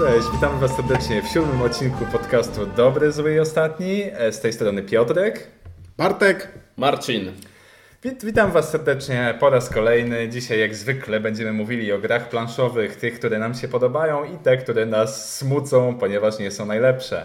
Cześć, witam Was serdecznie w 7. odcinku podcastu Dobry, Zły i Ostatni. Z tej strony Piotrek, Bartek, Marcin. Witam Was serdecznie po raz kolejny. Dzisiaj jak zwykle będziemy mówili o grach planszowych, tych, które nam się podobają i te, które nas smucą, ponieważ nie są najlepsze.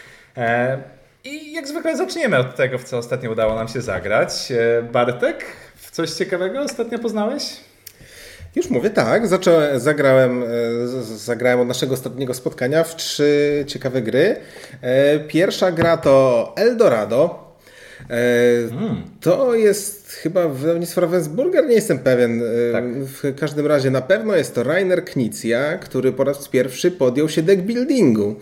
I jak zwykle zaczniemy od tego, w co ostatnio udało nam się zagrać. Bartek, w coś ciekawego ostatnio poznałeś? już mówię tak, zagrałem od naszego ostatniego spotkania w 3 ciekawe gry. Pierwsza gra to Eldorado. To jest chyba wydawnictwo Ravensburger, nie jestem pewien. Tak. W każdym razie na pewno jest to Rainer Knizia, który po raz pierwszy podjął się deckbuildingu.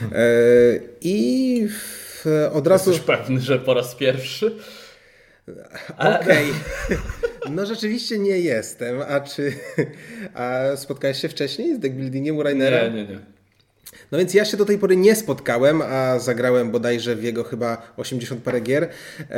I od razu... Jesteś pewny, że po raz pierwszy? Okej. No rzeczywiście nie jestem. A spotkałeś się wcześniej z deckbuildingiem u Rainera? Nie. No więc ja się do tej pory nie spotkałem, a zagrałem bodajże w jego chyba 80 parę gier.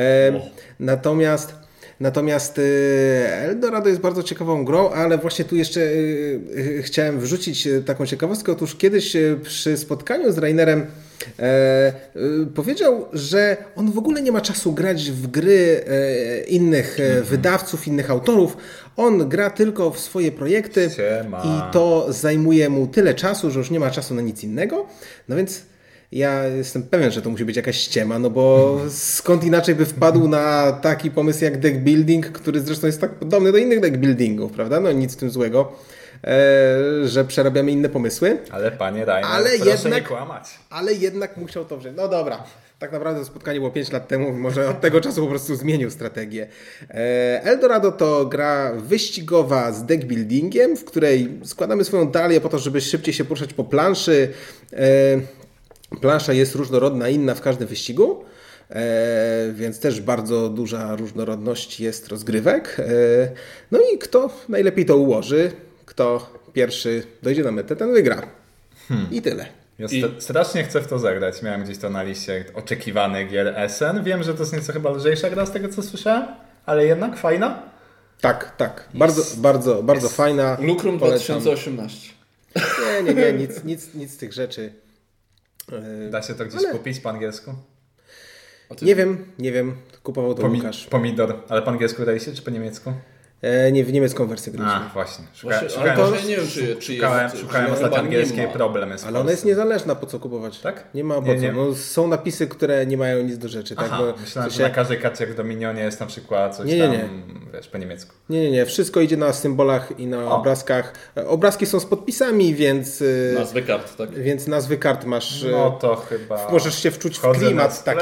Natomiast Eldorado jest bardzo ciekawą grą, ale właśnie tu jeszcze chciałem wrzucić taką ciekawostkę. Otóż kiedyś przy spotkaniu z Rainerem powiedział, że on w ogóle nie ma czasu grać w gry innych wydawców, innych autorów. On gra tylko w swoje projekty i to zajmuje mu tyle czasu, że już nie ma czasu na nic innego. No więc ja jestem pewien, że to musi być jakaś ściema, no bo skąd inaczej by wpadł na taki pomysł jak deckbuilding, który zresztą jest tak podobny do innych deckbuildingów, prawda? No nic w tym złego, że przerabiamy inne pomysły. Ale panie Rainer, proszę nie kłamać. Ale jednak musiał to wziąć. No dobra, tak naprawdę to spotkanie było 5 lat temu, może od tego czasu po prostu zmienił strategię. Eldorado to gra wyścigowa z deckbuildingiem, w której składamy swoją talię po to, żeby szybciej się poruszać po planszy. Plansza jest różnorodna, inna w każdym wyścigu, więc też bardzo duża różnorodność jest rozgrywek. No i kto najlepiej to ułoży, kto pierwszy dojdzie na metę, ten wygra. I tyle. Ja strasznie chcę w to zagrać. Miałem gdzieś to na liście oczekiwanych gier SN. Wiem, że to jest nieco chyba lżejsza gra z tego, co słyszałem, ale jednak fajna. Tak. Bardzo fajna. Lucrum 2018. Nie, nic z tych rzeczy. Da się to gdzieś kupić po angielsku? Nie wiem. Kupował to Łukasz. Pomidor. Ale po angielsku daliście, czy po niemiecku? Nie, w niemiecką wersję graliśmy. Właśnie. Nie wiem, czy szukałem ostatnio angielskiej, problem jest. Ale ona jest niezależna, po co kupować? Tak? Nie ma po co. No, są napisy, które nie mają nic do rzeczy. Aha, tak? Bo myślałem, że na każdej karcie jak w Dominionie jest na przykład coś wiesz, po niemiecku. Nie. Wszystko idzie na symbolach i na obrazkach. Obrazki są z podpisami, więc... Nazwy kart, tak? Więc nazwy kart masz... No to chyba... Możesz się wczuć w klimat taki.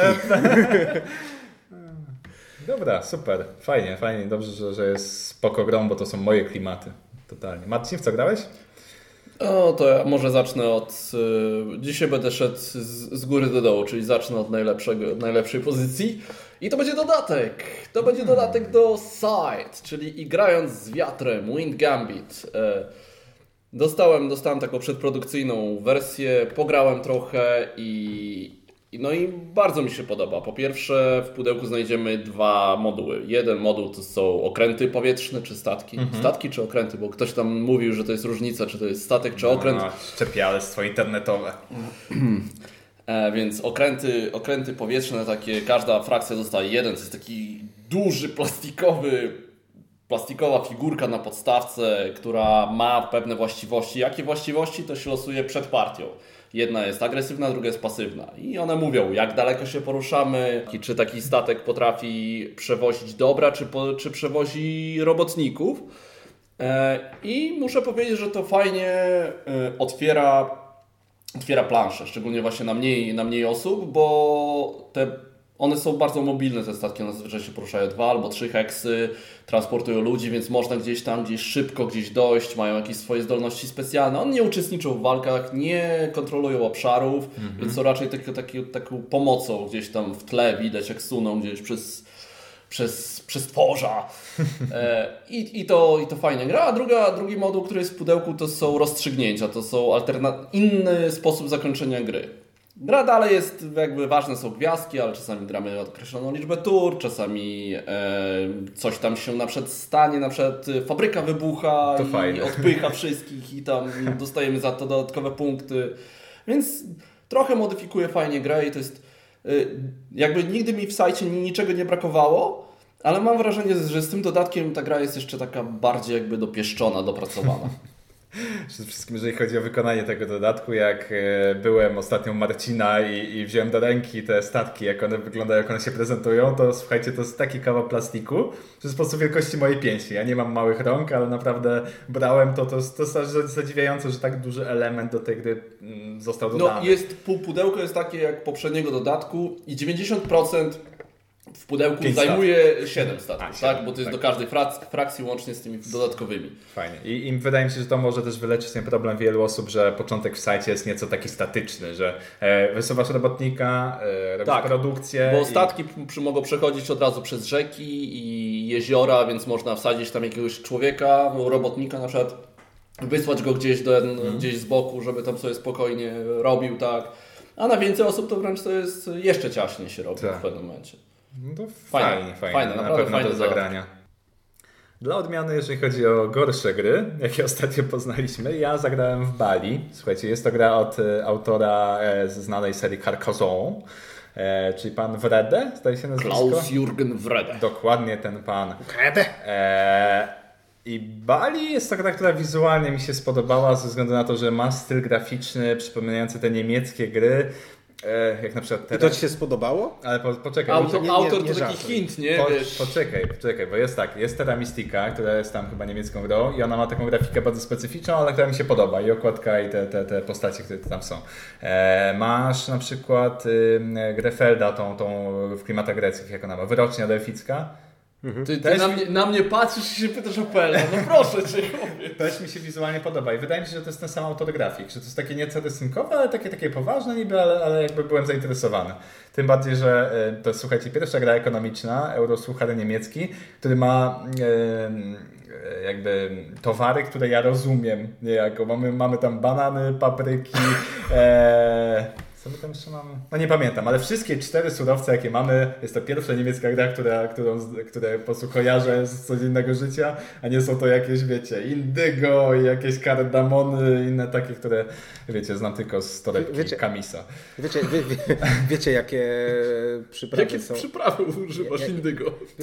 Dobra, super. Fajnie. Dobrze, że jest spoko grą, bo to są moje klimaty. Totalnie. Marcin, w co grałeś? To ja może zacznę od... Dzisiaj będę szedł z góry do dołu, czyli zacznę od najlepszej pozycji. I to będzie dodatek. To będzie dodatek do Side, czyli i grając z wiatrem, Wind Gambit. Dostałem taką przedprodukcyjną wersję, pograłem trochę i bardzo mi się podoba. Po pierwsze, w pudełku znajdziemy 2 moduły. Jeden moduł to są okręty powietrzne czy statki. Statki czy okręty, bo ktoś tam mówił, że to jest różnica, czy to jest statek czy okręt. Czepialstwo internetowe. Więc okręty powietrzne, takie, każda frakcja dostaje jeden. To jest taki duży plastikowa figurka na podstawce, która ma pewne właściwości. Jakie właściwości, to się losuje przed partią. Jedna jest agresywna, druga jest pasywna. I one mówią, jak daleko się poruszamy, czy taki statek potrafi przewozić dobra, czy przewozi robotników. I muszę powiedzieć, że to fajnie otwiera planszę, szczególnie właśnie na mniej osób, bo one są bardzo mobilne, te statki, one zazwyczaj się poruszają 2 albo 3 heksy, transportują ludzi, więc można gdzieś szybko dojść, mają jakieś swoje zdolności specjalne. One nie uczestniczą w walkach, nie kontrolują obszarów, więc są raczej taką pomocą gdzieś tam w tle, widać jak suną gdzieś przez tworza. I to fajnie gra. A drugi moduł, który jest w pudełku, to są rozstrzygnięcia, to są inny sposób zakończenia gry. Gra dalej jest, jakby ważne są gwiazdki, ale czasami gramy określoną liczbę tur, czasami coś tam się na przykład stanie, na przykład fabryka wybucha to i fajne. odpycha wszystkich i tam dostajemy za to dodatkowe punkty. Więc trochę modyfikuje fajnie grę i to jest jakby nigdy mi w sajcie niczego nie brakowało, ale mam wrażenie, że z tym dodatkiem ta gra jest jeszcze taka bardziej jakby dopieszczona, dopracowana. Przede wszystkim, jeżeli chodzi o wykonanie tego dodatku, jak byłem ostatnio u Marcina i wziąłem do ręki te statki, jak one wyglądają, jak one się prezentują, to słuchajcie, to jest taki kawał plastiku, że jest po prostu wielkości mojej pięści. Ja nie mam małych rąk, ale naprawdę brałem to jest zadziwiające, że tak duży element do tej gry został dodany. No jest, pudełko jest takie jak poprzedniego dodatku i 90% w pudełku zajmuje 7 statków, tak? Bo to jest do każdej frakcji łącznie z tymi dodatkowymi. Fajnie. I wydaje mi się, że to może też wyleczyć ten problem wielu osób, że początek w sajcie jest nieco taki statyczny, że wysuwasz robotnika, robisz produkcję. Bo statki mogą przechodzić od razu przez rzeki i jeziora, więc można wsadzić tam jakiegoś człowieka, robotnika na przykład, wysłać go gdzieś z boku, żeby tam sobie spokojnie robił, tak. A na więcej osób to wręcz to jest jeszcze ciaśniej się robi w pewnym momencie. No to fajnie. Na pewno do zagrania. Dla odmiany, jeżeli chodzi o gorsze gry, jakie ostatnio poznaliśmy, ja zagrałem w Bali. Słuchajcie, jest to gra od autora ze znanej serii Carcassonne, czyli pan Wrede, zdaje się nazwisko. Klaus-Jürgen Wrede. Dokładnie ten pan. I Bali jest to gra, która wizualnie mi się spodobała ze względu na to, że ma styl graficzny przypominający te niemieckie gry. Jak na przykład teraz. I to Ci się spodobało? Ale poczekaj. Autor to taki hint, nie? Poczekaj, bo jest Terra Mystica, która jest tam chyba niemiecką grą i ona ma taką grafikę bardzo specyficzną, ale która mi się podoba. I okładka i te postacie, które tam są. Masz na przykład Grefelda, tą w klimatach greckich, jak ona ma, Wyrocznia Delficka. Ty na mnie patrzysz i się pytasz o Pele. No proszę Cię. Też mi się wizualnie podoba i wydaje mi się, że to jest ten sam autor grafik, że to jest takie nieco rysunkowe, ale takie poważne niby, ale jakby byłem zainteresowany. Tym bardziej, że to jest, słuchajcie, pierwsza gra ekonomiczna, Eurosłuchary niemiecki, który ma jakby towary, które ja rozumiem niejako. Mamy tam banany, papryki, co my tam jeszcze mamy? No nie pamiętam, ale wszystkie 4 surowce, jakie mamy, jest to pierwsza niemiecka gra, które po prostu kojarzę z codziennego życia, a nie są to jakieś, wiecie, indygo i jakieś kardamony, inne takie, które, wiecie, znam tylko z torebki Kamisa. Wiecie jakie przyprawy jakie są? Jakie przyprawy używasz indygo?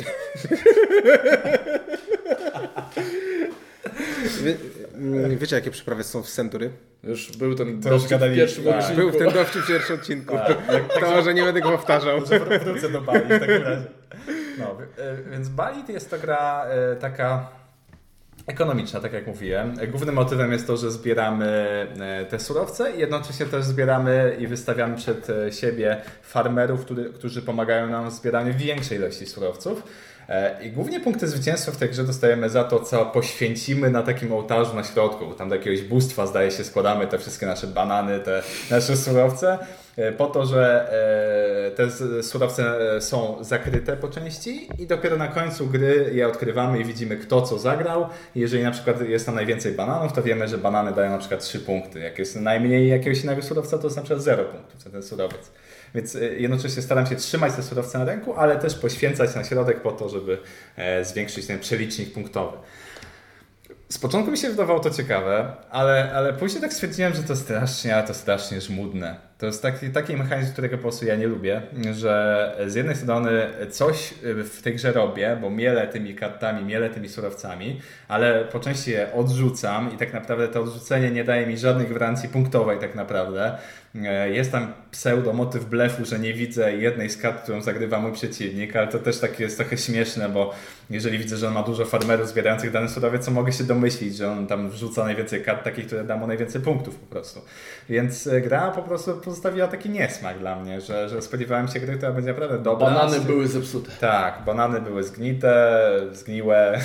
Wiecie, jakie przyprawy są w Century? Już był ten dowcip w pierwszym odcinku. Był w tym dowcip w pierwszym odcinku. To może nie będę go powtarzał. Wrócę do Bali w takim razie. No, więc Bali to jest to gra taka ekonomiczna, tak jak mówiłem. Głównym motywem jest to, że zbieramy te surowce i jednocześnie też zbieramy i wystawiamy przed siebie farmerów, którzy pomagają nam w zbieraniu większej ilości surowców. I głównie punkty zwycięstwa w tej grze dostajemy za to, co poświęcimy na takim ołtarzu na środku. Tam do jakiegoś bóstwa, zdaje się, składamy te wszystkie nasze banany, te nasze surowce, po to, że te surowce są zakryte po części i dopiero na końcu gry je odkrywamy i widzimy, kto co zagrał. Jeżeli na przykład jest tam najwięcej bananów, to wiemy, że banany dają na przykład 3 punkty. Jak jest najmniej jakiegoś innego surowca, to jest na przykład 0 punktów za ten surowiec. Więc jednocześnie staram się trzymać te surowce na ręku, ale też poświęcać na środek po to, żeby zwiększyć ten przelicznik punktowy. Z początku mi się wydawało to ciekawe, ale później tak stwierdziłem, że to strasznie żmudne. To jest taki mechanizm, którego po prostu ja nie lubię, że z jednej strony coś w tej grze robię, bo mielę tymi kartami, mielę tymi surowcami, ale po części je odrzucam i tak naprawdę to odrzucenie nie daje mi żadnej gwarancji punktowej tak naprawdę. Jest tam pseudo-motyw blefu, że nie widzę jednej z kart, którą zagrywa mój przeciwnik, ale to też takie jest trochę śmieszne, bo jeżeli widzę, że on ma dużo farmerów zbierających dany surowiec, to mogę się domyślić, że on tam wrzuca najwięcej kart takich, które da mu najwięcej punktów po prostu. Więc gra po prostu pozostawiła taki niesmak dla mnie, że spodziewałem się gry, która będzie naprawdę dobra. Banany były zepsute. Tak, banany były zgniłe.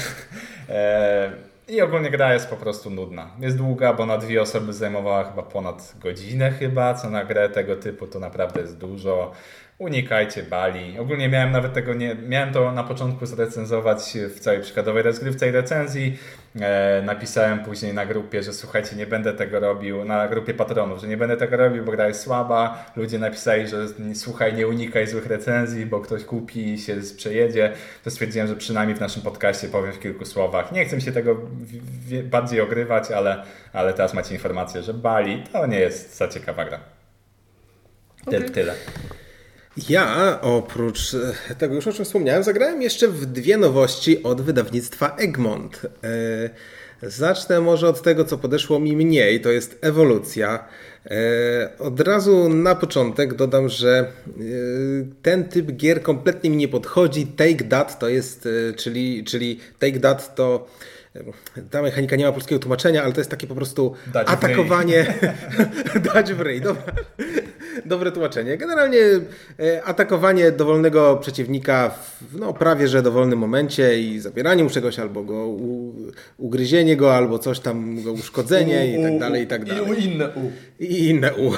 I ogólnie gra jest po prostu nudna. Jest długa, bo na 2 osoby zajmowała chyba ponad godzinę co na grę tego typu to naprawdę jest dużo. Unikajcie Bali. Ogólnie miałem to na początku zrecenzować w całej przykładowej rozgrywce i recenzji. napisałem później na grupie, że słuchajcie, nie będę tego robił, na grupie patronów, że nie będę tego robił, bo gra jest słaba. Ludzie napisali, że słuchaj, nie unikaj złych recenzji, bo ktoś kupi i się przejedzie. To stwierdziłem, że przynajmniej w naszym podcaście powiem w kilku słowach. Nie chcę mi się tego bardziej ogrywać, ale teraz macie informację, że Bali to nie jest za ciekawa gra. Tyle. Ja oprócz tego już o czym wspomniałem, zagrałem jeszcze w 2 nowości od wydawnictwa Egmont. Zacznę może od tego, co podeszło mi mniej, to jest ewolucja. Od razu na początek dodam, że ten typ gier kompletnie mi nie podchodzi. Take That to jest, czyli Take That to ta mechanika nie ma polskiego tłumaczenia, ale to jest takie po prostu atakowanie. Dać w ryj. Dobre tłumaczenie. Generalnie atakowanie dowolnego przeciwnika w prawie że dowolnym momencie i zabieranie mu czegoś, albo go ugryzienie go, albo coś tam, go uszkodzenie i tak dalej, i tak dalej. I inne U.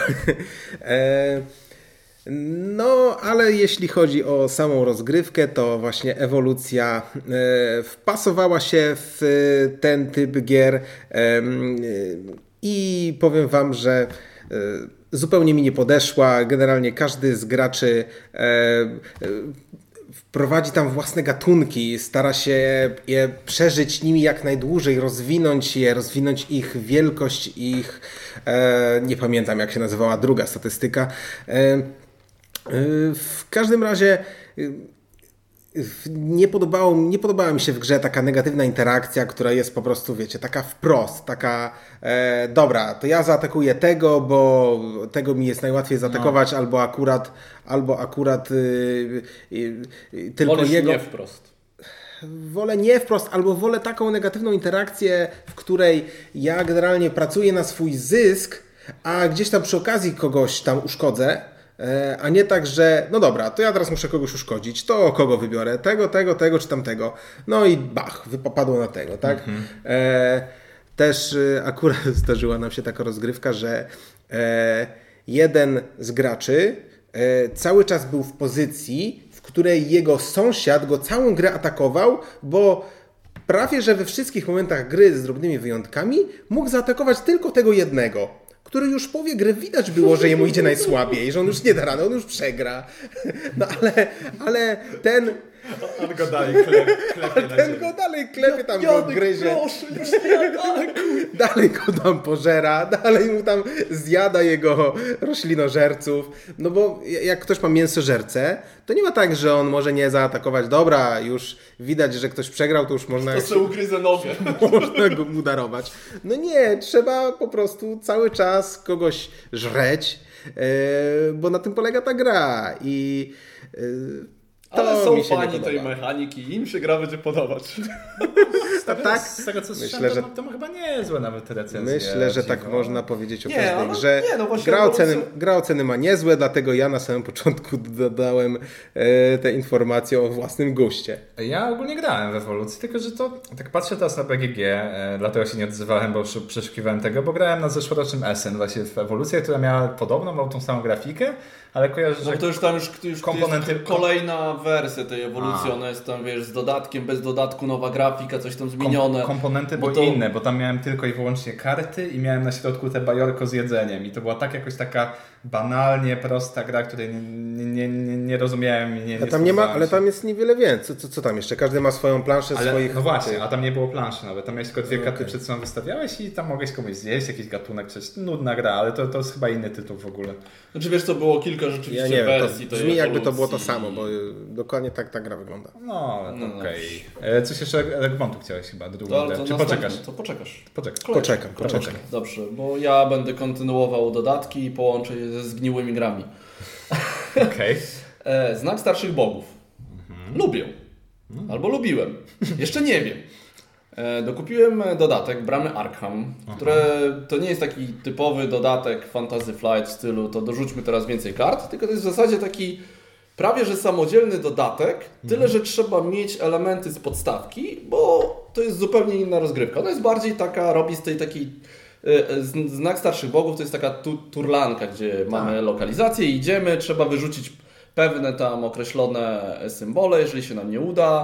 No, ale jeśli chodzi o samą rozgrywkę, to właśnie ewolucja wpasowała się w ten typ gier i powiem wam, że zupełnie mi nie podeszła. Generalnie każdy z graczy wprowadzi tam własne gatunki, stara się je przeżyć nimi jak najdłużej, rozwinąć ich wielkość, nie pamiętam jak się nazywała druga statystyka. W każdym razie nie podobała mi się w grze taka negatywna interakcja, która jest po prostu, wiecie, taka wprost, taka dobra, to ja zaatakuję tego, bo tego mi jest najłatwiej zaatakować, albo akurat tylko wolisz jego. Nie wprost. Wolę nie wprost, albo wolę taką negatywną interakcję, w której ja generalnie pracuję na swój zysk, a gdzieś tam przy okazji kogoś tam uszkodzę. A nie tak, że no dobra, to ja teraz muszę kogoś uszkodzić, to kogo wybiorę? Tego czy tamtego. No i bach, wypadło na tego, tak? Też akurat zdarzyła nam się taka rozgrywka, że jeden z graczy cały czas był w pozycji, w której jego sąsiad go całą grę atakował, bo prawie że we wszystkich momentach gry z drobnymi wyjątkami mógł zaatakować tylko tego jednego, który już w połowie gry widać było, że jemu idzie najsłabiej, że on już nie da rady, on już przegra. No ale ten... On go dalej klepie ten go dalej klepie, tam go gryzie. Proszę, już nie, dalej go tam pożera, dalej mu tam zjada jego roślinożerców. No bo jak ktoś ma mięsożercę, to nie ma tak, że on może nie zaatakować. Dobra, już widać, że ktoś przegrał, to już można... To sobie ugryzę nogę. Można go mu darować. No nie, trzeba po prostu cały czas kogoś żreć, bo na tym polega ta gra i... Ale są fani tej mechaniki, im się gra będzie podobać. Tak? Z tego co słyszałem, że to chyba nie jest złe nawet recenzje. Myślę, że tak można powiedzieć o każdej grze. Gra oceny ma niezłe, dlatego ja na samym początku dodałem te informacje o własnym guście. Ja ogólnie grałem w ewolucji, tylko że to, tak patrzę teraz na BGG, dlatego się nie odzywałem, bo przeszukiwałem tego, bo grałem na zeszłorocznym Essen właśnie w ewolucję, która miała podobną, miała tą samą grafikę, ale kojarzę, że to już tam już komponenty... jest kolejna wersja tej ewolucji, ona jest tam, wiesz, z dodatkiem, bez dodatku, nowa grafika, coś tam zmienione. Komponenty były inne, bo tam miałem tylko i wyłącznie karty i miałem na środku te bajorko z jedzeniem i to była tak jakoś taka banalnie prosta gra, której nie rozumiałem i nie tam nie ma, ale tam jest niewiele więcej. Co tam jeszcze? Każdy ma swoją planszę swoich... No właśnie, a tam nie było planszy nawet. Tam miałeś tylko 2 karty przed sobą wystawiałeś i tam mogłeś komuś zjeść, jakiś gatunek, coś. Nudna gra, ale to jest chyba inny tytuł w ogóle. Znaczy wiesz co, było kilka rzeczywiście wersji. To brzmi jakby to było to samo, bo dokładnie tak ta gra wygląda. No okej. Coś jeszcze Egmontu chciałeś chyba, czy poczekasz? To poczekasz. Poczekam. Dobrze, bo ja będę kontynuował dodatki i połączę je ze zgniłymi grami. Okej. Znak starszych bogów. Lubię. Albo lubiłem. Jeszcze nie wiem. Dokupiłem dodatek Bramy Arkham, które to nie jest taki typowy dodatek Fantasy Flight w stylu to dorzućmy teraz więcej kart, tylko to jest w zasadzie taki prawie że samodzielny dodatek, tyle że trzeba mieć elementy z podstawki, bo to jest zupełnie inna rozgrywka. Ona jest bardziej taka, robi z tej takiej Znak starszych bogów to jest taka turlanka, gdzie mamy lokalizację, idziemy, trzeba wyrzucić pewne tam określone symbole, jeżeli się nam nie uda.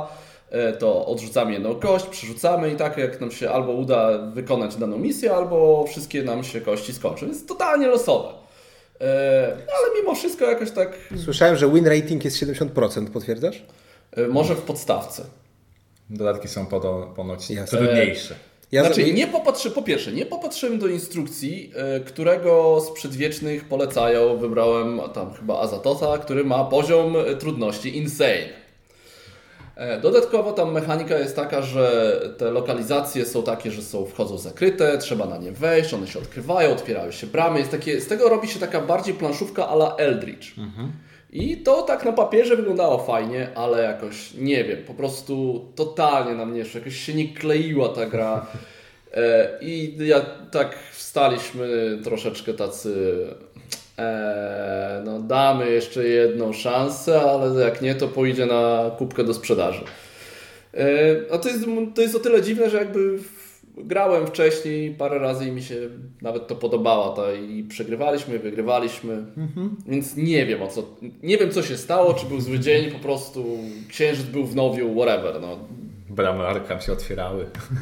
to odrzucamy jedną kość, przerzucamy i tak jak nam się albo uda wykonać daną misję, albo wszystkie nam się kości skończą. Jest totalnie losowe. Ale mimo wszystko jakoś tak... Słyszałem, że win rating jest 70%, potwierdzasz? Może w podstawce. Dodatki są ponoć trudniejsze. Po pierwsze, nie popatrzyłem do instrukcji, którego z przedwiecznych polecają. Wybrałem tam chyba Azatosa, który ma poziom trudności insane. Dodatkowo tam mechanika jest taka, że te lokalizacje są takie, że wchodzą zakryte, trzeba na nie wejść, one się odkrywają, otwierają się bramy. Z tego robi się taka bardziej planszówka a la Eldritch. I to tak na papierze wyglądało fajnie, ale jakoś, nie wiem, po prostu totalnie na mnie jakoś się nie kleiła ta gra. I tak wstaliśmy troszeczkę tacy, no damy jeszcze jedną szansę, ale jak nie, to pójdzie na kubkę do sprzedaży. A to jest o tyle dziwne, że jakby grałem wcześniej parę razy i mi się nawet to podobało. I przegrywaliśmy, wygrywaliśmy, więc nie wiem co się stało, czy był zły dzień, po prostu księżyc był w nowiu, whatever. No. Bramy Arkham się otwierały.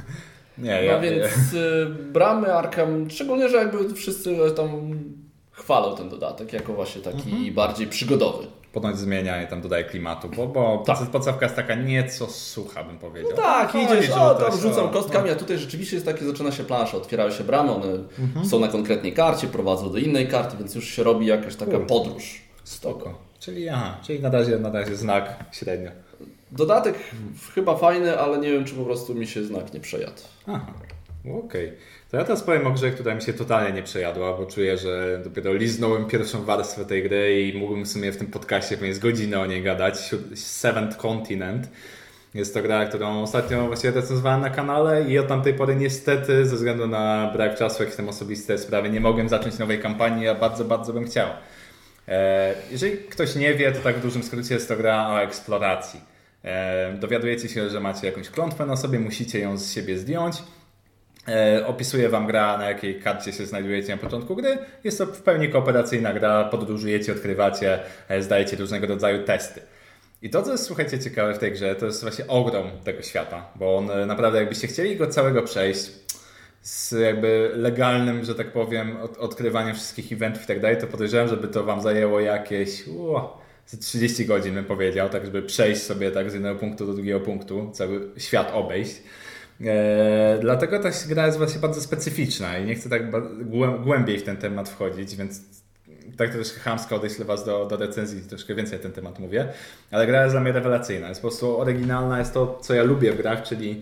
Więc bramy Arkham, szczególnie, że jakby wszyscy tam chwalą ten dodatek jako właśnie taki bardziej przygodowy. Ponoć zmienia i tam dodaje klimatu, bo podstawka jest taka nieco sucha, bym powiedział. No tak, idziesz, tam rzucam kostkami, a tutaj rzeczywiście jest takie, zaczyna się plansza, otwierają się bramy, one są na konkretnej karcie, prowadzą do innej karty, więc już się robi jakaś taka podróż. Spoko. Czyli na razie znak średnio. Dodatek chyba fajny, ale nie wiem, czy po prostu mi się znak nie przejadł. Aha, okej. To ja teraz powiem o grze, która mi się totalnie nie przejadła, bo czuję, że dopiero liznąłem pierwszą warstwę tej gry i mógłbym w sumie w tym podcaście pewnie z godziny o niej gadać. Seventh Continent. Jest to gra, którą ostatnio właściwie recenzowałem na kanale i od tamtej pory niestety ze względu na brak czasu, jakieś tam osobiste sprawy, nie mogłem zacząć nowej kampanii, a bardzo, bardzo bym chciał. Jeżeli ktoś nie wie, to tak w dużym skrócie jest to gra o eksploracji. Dowiadujecie się, że macie jakąś klątwę na sobie, musicie ją z siebie zdjąć. Opisuje wam gra, na jakiej karcie się znajdujecie na początku gry. Jest to w pełni kooperacyjna gra, podróżujecie, odkrywacie, zdajecie różnego rodzaju testy. I to, co jest, słuchajcie, ciekawe w tej grze, to jest właśnie ogrom tego świata, bo on naprawdę, jakbyście chcieli go całego przejść z jakby legalnym, że tak powiem, odkrywaniem wszystkich eventów i tak dalej, to podejrzewam, żeby to wam zajęło jakieś z 30 godzin, bym powiedział, tak żeby przejść sobie tak z jednego punktu do drugiego punktu, cały świat obejść. Dlatego ta gra jest właśnie bardzo specyficzna i nie chcę tak głębiej w ten temat wchodzić, więc tak troszkę chamsko odeślę was do recenzji, troszkę więcej na ten temat mówię, ale gra jest dla mnie rewelacyjna, jest po prostu oryginalna, jest to, co ja lubię w grach, czyli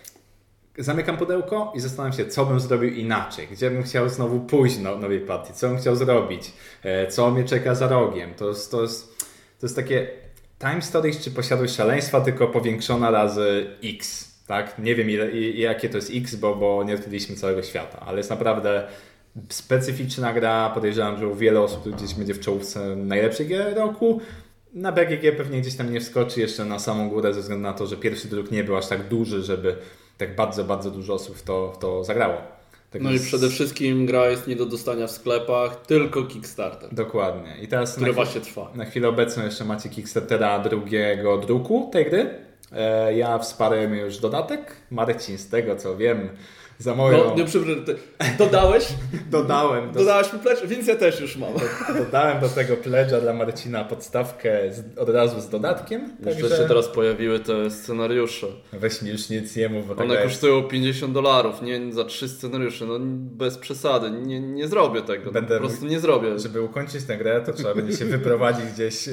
zamykam pudełko i zastanawiam się, co bym zrobił inaczej, gdzie bym chciał znowu pójść do nowej partii, co bym chciał zrobić, co mnie czeka za rogiem. To jest takie time stories czy posiadłość szaleństwa, tylko powiększona razy X. Tak? Nie wiem jakie to jest X, bo nie odkryliśmy całego świata, ale jest naprawdę specyficzna gra. Podejrzewam, że wiele osób gdzieś będzie w czołówce najlepszej gier roku. Na BGG pewnie gdzieś tam nie wskoczy jeszcze na samą górę ze względu na to, że pierwszy druk nie był aż tak duży, żeby tak bardzo, bardzo dużo osób w to zagrało. Tak no i przede wszystkim gra jest nie do dostania w sklepach, tylko Kickstarter. Dokładnie. I teraz który właśnie trwa. Na chwilę obecną jeszcze macie Kickstartera drugiego druku tej gry. Ja wsparłem już dodatek. Marcin, z tego co wiem, za moją... Dodałeś? Dodałem. Dodałeś mi pledge, więc ja też już mam. Dodałem do tego pledge'a dla Marcina podstawkę od razu z dodatkiem. Jeszcze się teraz pojawiły te scenariusze. Weź mi już nic nie mów. One kosztują $50, nie za 3 scenariusze. No bez przesady, nie zrobię tego. Po prostu nie zrobię. Żeby ukończyć tę grę, to trzeba będzie się wyprowadzić gdzieś,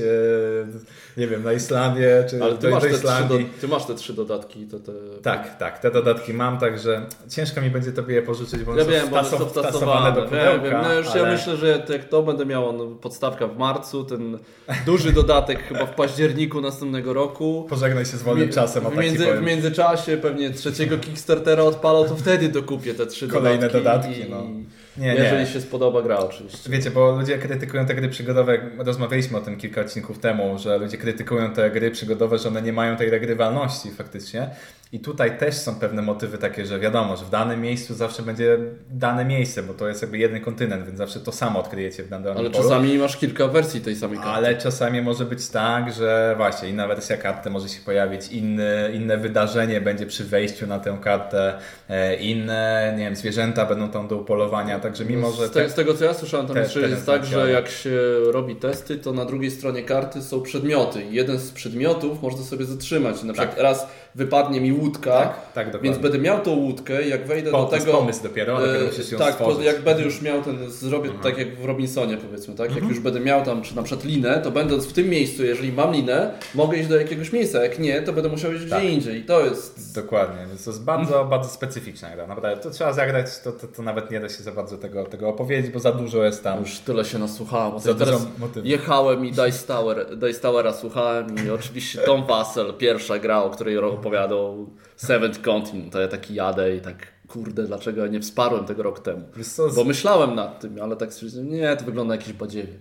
nie wiem, na Islandię, czy ale ty masz te 3 dodatki. Tak, te dodatki mam, także ciężko mi będzie tobie je pożyczyć, bo ja wiem, bo one są wtasowane do pudełka. Wiem. No już ale... ja myślę, że jak to będę miał podstawka w marcu, ten duży dodatek chyba w październiku następnego roku. Pożegnaj się z wolnym czasem. W międzyczasie pewnie trzeciego Kickstartera odpalał, to wtedy dokupię te 3 kolejne dodatki. Jeżeli się spodoba gra oczywiście. Wiecie, bo ludzie krytykują te gry przygodowe, rozmawialiśmy o tym kilka odcinków temu, że ludzie krytykują te gry przygodowe, że one nie mają tej regrywalności faktycznie. I tutaj też są pewne motywy takie, że wiadomo, że w danym miejscu zawsze będzie dane miejsce, bo to jest jakby jeden kontynent, więc zawsze to samo odkryjecie w danym Ale polu. czasami masz kilka wersji tej samej karty. Ale czasami może być tak, że właśnie inna wersja karty może się pojawić, inne wydarzenie będzie przy wejściu na tę kartę, inne, nie wiem, zwierzęta będą tam do upolowania, także mimo, że... Z tego co ja słyszałem, tam jest tak, że jak się robi testy, to na drugiej stronie karty są przedmioty. Jeden z przedmiotów można sobie zatrzymać. Na przykład raz wypadnie mi łódka, więc będę miał tą łódkę, jak wejdę do tego... To jest pomysł dopiero musisz ją stworzyć. Jak będę już miał zrobię tak jak w Robinsonie powiedzmy, tak? Jak już będę miał tam, czy na przykład linę, to będąc w tym miejscu, jeżeli mam linę, mogę iść do jakiegoś miejsca, jak nie, to będę musiał iść gdzie indziej. I to jest... Dokładnie, więc to jest bardzo, bardzo specyficzna gra. Naprawdę, to trzeba zagrać, to nawet nie da się za bardzo tego opowiedzieć, bo za dużo jest tam. Już tyle się nasłuchałem. Za teraz dużo motywów. Jechałem i Dice Towera słuchałem i oczywiście Tom Wassel, pierwsza gra, o której opowiadał, Seventh Continent, to ja taki jadę i tak kurde, dlaczego ja nie wsparłem tego rok temu? Bo myślałem nad tym, ale tak stwierdziłem, nie, to wygląda jakieś badziewie.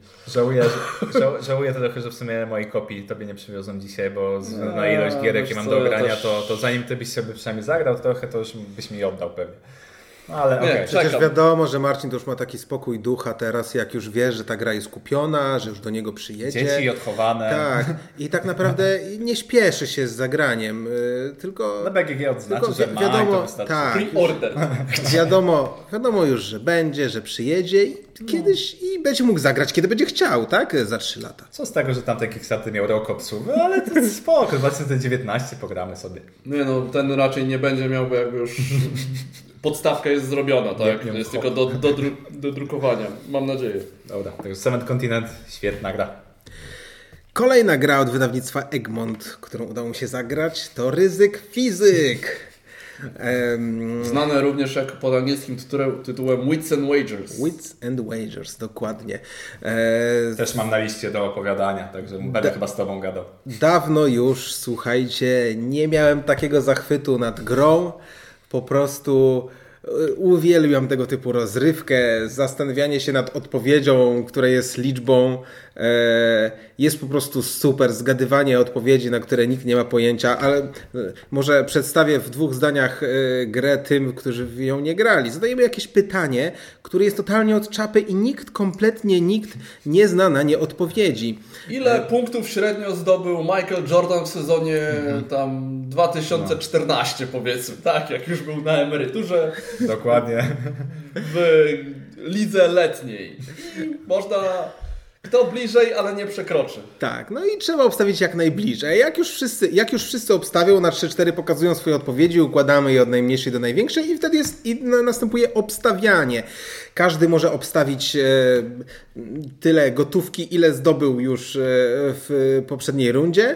Żałuję trochę, że w sumie mojej kopii tobie nie przywiozłem dzisiaj, bo na ilość gierek, jakie mam do grania, to zanim ty byś sobie przynajmniej zagrał trochę, to już byś mi oddał pewnie. No, ale nie, przecież wiadomo, że Marcin to już ma taki spokój ducha teraz, jak już wie, że ta gra jest kupiona, że już do niego przyjedzie. Dzieci odchowane. Tak. I tak naprawdę nie śpieszy się z zagraniem, tylko... Na BGG odznaczy, że ma wiadomo, i to wystarczy. tak, order. Wiadomo już, że będzie, że przyjedzie i kiedyś i będzie mógł zagrać, kiedy będzie chciał, tak? Za 3 lata. Co z tego, że tamte Kickstarter miał rok obsługi, ale to jest spoko, 2019 pogramy sobie. Nie no, ten raczej nie będzie miał, bo jakby już... Podstawka jest zrobiona, tak? Nie jest tylko do drukowania. Mam nadzieję. Dobra, to już Seventh Continent, świetna gra. Kolejna gra od wydawnictwa Egmont, którą udało mi się zagrać, to Ryzyk Fizyk. Znane również jak pod angielskim tytułem Wits and Wagers. Wits and Wagers, dokładnie. Też mam na liście do opowiadania, także będę chyba z tobą gadał. Dawno już, słuchajcie, nie miałem takiego zachwytu nad grą. Po prostu uwielbiam tego typu rozrywkę, zastanawianie się nad odpowiedzią, która jest liczbą. Jest po prostu super, zgadywanie odpowiedzi, na które nikt nie ma pojęcia, ale może przedstawię w 2 zdaniach grę tym, którzy w nią nie grali. Zadajemy jakieś pytanie, które jest totalnie od czapy i kompletnie nikt nie zna na nie odpowiedzi. Ile punktów średnio zdobył Michael Jordan w sezonie tam 2014 powiedzmy, tak? Jak już był na emeryturze. Dokładnie. W lidze letniej. I można... Kto bliżej, ale nie przekroczy. Tak, no i trzeba obstawić jak najbliżej. Jak już wszyscy obstawią, na 3-4 pokazują swoje odpowiedzi, układamy je od najmniejszej do największej i wtedy następuje obstawianie. Każdy może obstawić tyle gotówki, ile zdobył już w poprzedniej rundzie.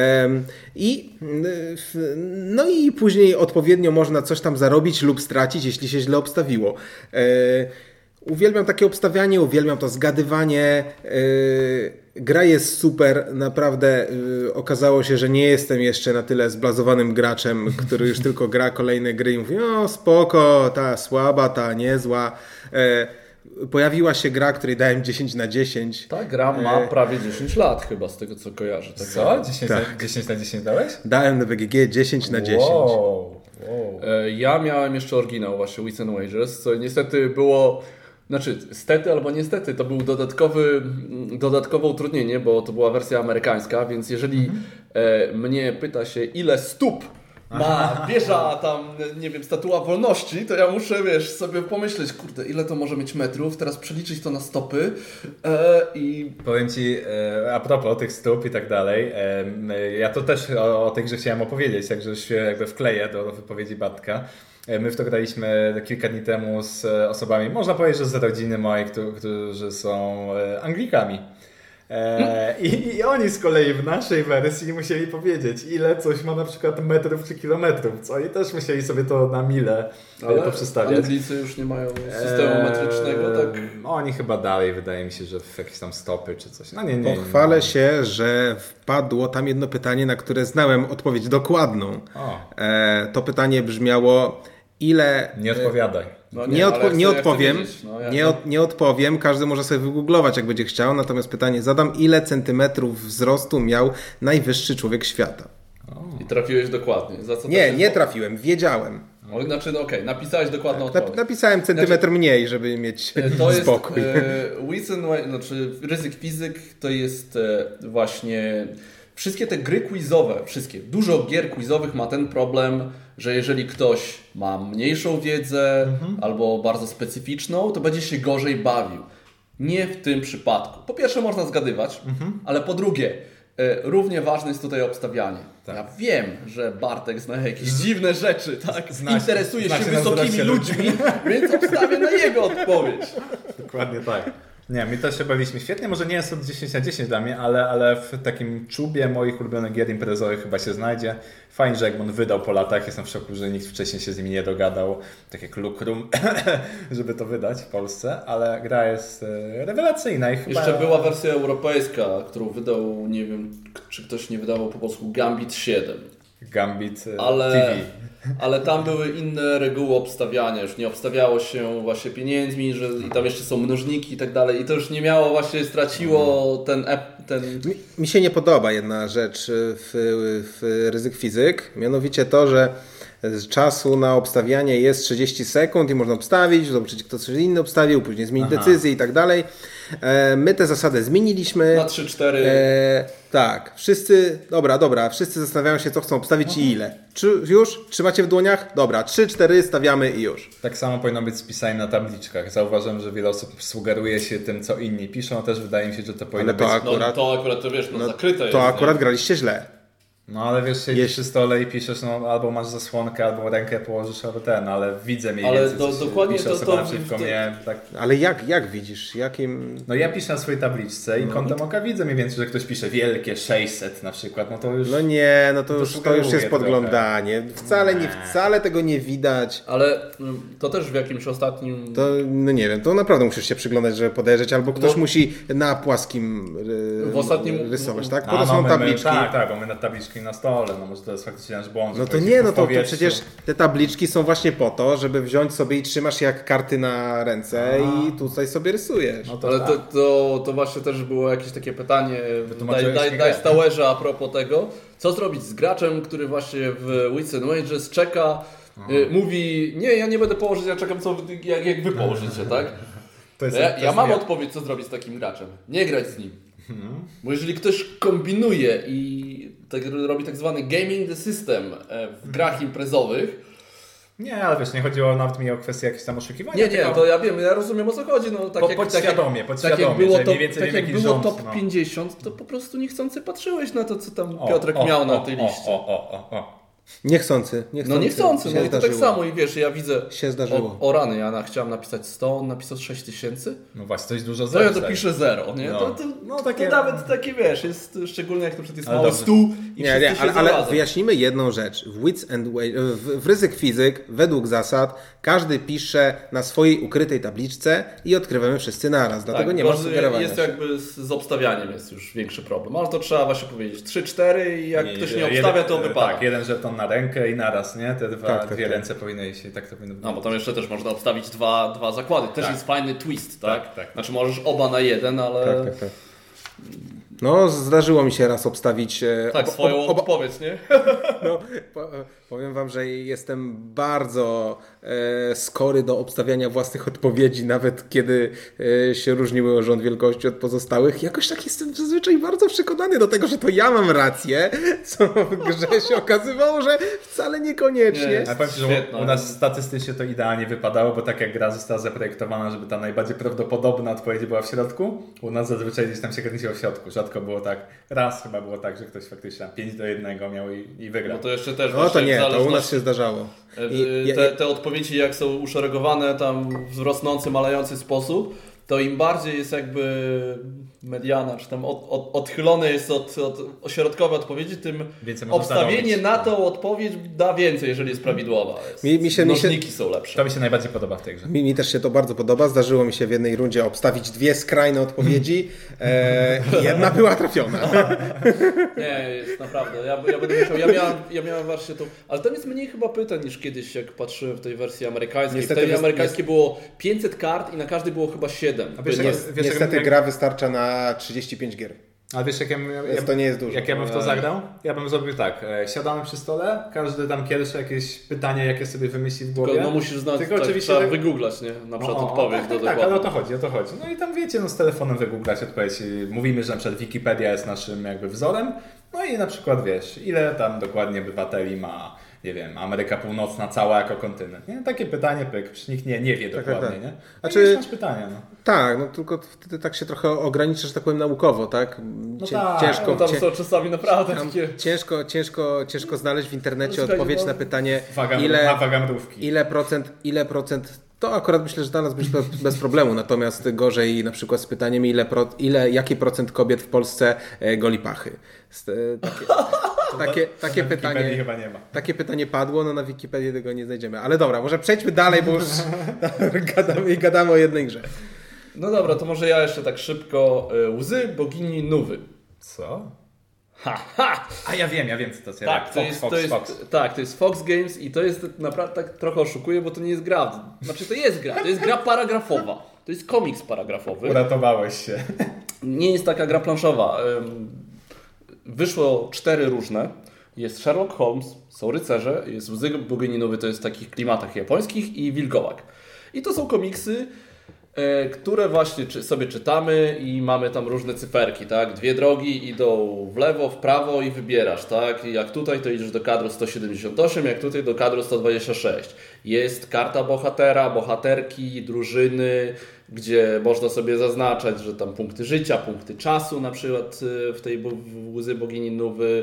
No i później odpowiednio można coś tam zarobić lub stracić, jeśli się źle obstawiło. Uwielbiam takie obstawianie, uwielbiam to zgadywanie. Gra jest super, naprawdę okazało się, że nie jestem jeszcze na tyle zblazowanym graczem, który już tylko gra kolejne gry i mówi, o spoko, ta słaba, ta niezła. Pojawiła się gra, której dałem 10/10. Ta gra ma prawie 10 lat chyba, z tego co kojarzę. Tak co? 10/10 dałeś? Dałem na BGG 10/10. Wow. Ja miałem jeszcze oryginał właśnie Wits and Wagers, co niestety było... Znaczy, stety albo niestety, to był dodatkowe utrudnienie, bo to była wersja amerykańska, więc jeżeli mnie pyta się, ile stóp ma wieża tam, nie wiem, Statua Wolności, to ja muszę, sobie pomyśleć, kurde, ile to może mieć metrów, teraz przeliczyć to na stopy i... Powiem Ci, a propos tych stóp i tak dalej, ja to też o tej grze chciałem opowiedzieć, także już się jakby wkleję do wypowiedzi Bartka. My w to graliśmy kilka dni temu z osobami, można powiedzieć, że z rodziny mojej, którzy są Anglikami. I oni z kolei w naszej wersji musieli powiedzieć, ile coś ma na przykład metrów czy kilometrów, co i też musieli sobie to na mile poprzestawiać. Anglicy już nie mają systemu metrycznego, tak? Oni chyba dalej, wydaje mi się, że w jakieś tam stopy czy coś. No nie. Pochwalę się, że wpadło tam jedno pytanie, na które znałem odpowiedź dokładną. To pytanie brzmiało, ile... Nie odpowiadaj. No nie odpowiem. Nie odpowiem. Każdy może sobie wygooglować, jak będzie chciał. Natomiast pytanie zadam, ile centymetrów wzrostu miał najwyższy człowiek świata? trafiłeś dokładnie. Za co nie trafiłem, wiedziałem. Znaczy, napisałeś dokładną odpowiedź. Napisałem centymetr mniej, żeby mieć spokój. Znaczy ryzyk fizyk to jest właśnie wszystkie te gry quizowe, dużo gier quizowych ma ten problem, że jeżeli ktoś ma mniejszą wiedzę albo bardzo specyficzną, to będzie się gorzej bawił. Nie w tym przypadku. Po pierwsze można zgadywać, ale po drugie równie ważne jest tutaj obstawianie. Tak. Ja wiem, że Bartek zna jakieś dziwne rzeczy, tak? Interesuje się wysokimi ludźmi, więc obstawię na jego odpowiedź. Dokładnie tak. Nie, my też się bawiliśmy świetnie, może nie jest to 10/10 dla mnie, ale w takim czubie moich ulubionych gier imprezowych chyba się znajdzie. Fajnie, że Egmont wydał po latach, jestem w szoku, że nikt wcześniej się z nimi nie dogadał, tak jak Lucrum, żeby to wydać w Polsce, ale gra jest rewelacyjna. I chyba... Jeszcze była wersja europejska, którą wydał, nie wiem, czy ktoś nie wydawał po polsku, Gambit 7. Gambit TV. Ale tam były inne reguły obstawiania, już nie obstawiało się właśnie pieniędzmi, że i tam jeszcze są mnożniki i tak dalej i to już nie miało, właśnie straciło ten... Mi się nie podoba jedna rzecz w ryzyk fizyk, mianowicie to, że z czasu na obstawianie jest 30 sekund i można obstawić, zobaczyć kto coś inny obstawił, później zmienić decyzję i tak dalej. My tę zasadę zmieniliśmy. Na 3-4. Tak, wszyscy, dobra, wszyscy zastanawiają się co chcą obstawić i ile. Już? Trzymacie w dłoniach? Dobra, 3-4 stawiamy i już. Tak samo powinno być z pisaniem na tabliczkach. Zauważyłem, że wiele osób sugeruje się tym, co inni piszą, też wydaje mi się, że to powinno być... To akurat to wiesz, zakryte jest. To akurat graliście źle. No ale wiesz, siedzisz przy stole i piszesz, albo masz zasłonkę, albo rękę położysz, albo ale widzę mniej więcej, dokładnie pisze osoba naprzeciwko mnie. Tak. Ale jak widzisz? Jakim... No ja piszę na swojej tabliczce i kątem oka widzę mniej więcej, że ktoś pisze wielkie 600 na przykład, no to już... No nie, to już jest podglądanie. Wcale tego nie widać. Ale to też w jakimś ostatnim... To, no nie wiem, to naprawdę musisz się przyglądać, żeby podejrzeć, albo ktoś musi na płaskim rysować, tak? Po to są tabliczki. Tak, bo my na tabliczki na stole, no może to jest faktycznie nasz błąd. No to nie, to przecież te tabliczki są właśnie po to, żeby wziąć sobie i trzymasz jak karty na ręce i tutaj sobie rysujesz. No ale to właśnie też było jakieś takie pytanie, daj Stałerza a propos tego, co zrobić z graczem, który właśnie w Wits and Wages czeka, mówi, nie, ja nie będę położyć, ja czekam jak wy położycie, tak? Ja mam odpowiedź, co zrobić z takim graczem. Nie grać z nim. Bo jeżeli ktoś kombinuje i robi tak zwany gaming the system w grach imprezowych. Nie, ale wiesz, nie chodziło nawet mi o kwestię jakichś tam oszukiwania. Nie, to ja wiem, ja rozumiem o co chodzi. No, podświadomie, tak jak było, rząd, top 50, to po prostu niechcący patrzyłeś na to, co tam Piotrek miał na tej liście. Niechcący. No niechcący, no i to tak samo i wiesz, ja widzę się zdarzyło. O rany, ja chciałem napisać 100, on napisał 6000. No właśnie, to jest dużo zero. To ja dopiszę 0, nie? To nawet takie, wiesz, jest szczególnie jak to przecież jest mało 100 i ale wyjaśnijmy jedną rzecz. W Wits and Wages, w ryzyk fizyk, według zasad, każdy pisze na swojej ukrytej tabliczce i odkrywamy wszyscy naraz. Dlatego nie ma sugerowania. Jest jakby z obstawianiem jest już większy problem. Ale to trzeba właśnie powiedzieć 3-4 i jak ktoś nie obstawia, to wypada. Tak, jeden żeton na rękę i naraz, nie? Te dwie ręce powinny się, tak to powinno być. No bo tam jeszcze też można obstawić dwa zakłady. Też jest fajny twist, tak? Znaczy możesz oba na jeden, ale... Tak. No, zdarzyło mi się raz obstawić... swoją odpowiedź, nie? No, powiem wam, że jestem bardzo skory do obstawiania własnych odpowiedzi, nawet kiedy się różniły o rząd wielkości od pozostałych. Jakoś tak jestem zazwyczaj bardzo przekonany do tego, że to ja mam rację, co w grze się okazywało, że wcale niekoniecznie. Ale powiem ci, że u nas statystycznie to idealnie wypadało, bo tak jak gra została zaprojektowana, żeby ta najbardziej prawdopodobna odpowiedź była w środku, u nas zazwyczaj gdzieś tam się kręciło w środku. Rzadko było tak. Raz chyba było tak, że ktoś faktycznie 5-1 miał i wygrał. No to jeszcze też to nie, to u nas się zdarzało. Te odpowiedzi jak są uszeregowane tam w rosnący, malejący sposób, to im bardziej jest jakby mediana, czy tam odchylone jest od ośrodkowej odpowiedzi, tym obstawienie na tą odpowiedź da więcej, jeżeli jest prawidłowa. Mnożniki są lepsze. To mi się najbardziej podoba w tej grze. Mi też się to bardzo podoba. Zdarzyło mi się w jednej rundzie obstawić dwie skrajne odpowiedzi. Jedna była trafiona. Nie, jest naprawdę. Ja będę musiał. Ja miałem właśnie tą. Ale tam jest mniej chyba pytań niż kiedyś, jak patrzyłem w tej wersji amerykańskiej. W tej amerykańskiej było 500 kart i na każdej było chyba 7. Niestety gra wystarcza na 35 gier. A wiesz, to nie jest dużo. Jak ja bym w to zagrał? Ja bym zrobił tak, siadamy przy stole, każdy tam pierwsze jakieś pytanie, jakie sobie wymyśli w głowie. Tylko, musisz znać, tylko oczywiście trzeba wygooglać, nie? Na przykład odpowiedź do dokładnie. Tak, ale o to chodzi. No i tam wiecie, z telefonem wygooglać odpowiedź. Mówimy, że na przykład Wikipedia jest naszym jakby wzorem, no i na przykład wiesz, ile tam dokładnie obywateli ma, nie wiem, Ameryka Północna cała jako kontynent, nie? Takie pytanie, przecież nikt nie wie dokładnie, tak. Nie? Znaczy, masz pytania, no. Tak, no tylko wtedy tak się trochę ogranicza, że tak powiem, naukowo, tak? Ciężko. Tam są czasami naprawdę takie... Ciężko znaleźć w internecie odpowiedź na pytanie, ile procent. To akurat myślę, że dla nas będzie bez problemu, natomiast gorzej na przykład z pytaniem, jaki procent kobiet w Polsce goli pachy. Takie pytanie chyba nie ma. Takie pytanie padło, no na Wikipedii tego nie znajdziemy. Ale dobra, może przejdźmy dalej, bo już gadamy o jednej grze. No dobra, to może ja jeszcze tak szybko. Łzy bogini Nuwy. Co? A ja wiem co to jest. Tak, Fox. Tak, to jest Fox Games i to jest naprawdę tak trochę oszukuje, bo to nie jest gra. Znaczy to jest gra paragrafowa. To jest komiks paragrafowy. Uratowałeś się. Nie jest taka gra planszowa. Wyszło 4 różne. Jest Sherlock Holmes, są rycerze, jest Łzy bogini Nuwy, to jest w takich klimatach japońskich i wilkołak. I to są komiksy, które właśnie sobie czytamy i mamy tam różne cyferki, tak? 2 drogi idą w lewo, w prawo i wybierasz, tak? I jak tutaj to idziesz do kadru 178, jak tutaj do kadru 126. Jest karta bohatera, bohaterki, drużyny, gdzie można sobie zaznaczać, że tam punkty życia, punkty czasu, na przykład w tej Łzy bogini Nuwy.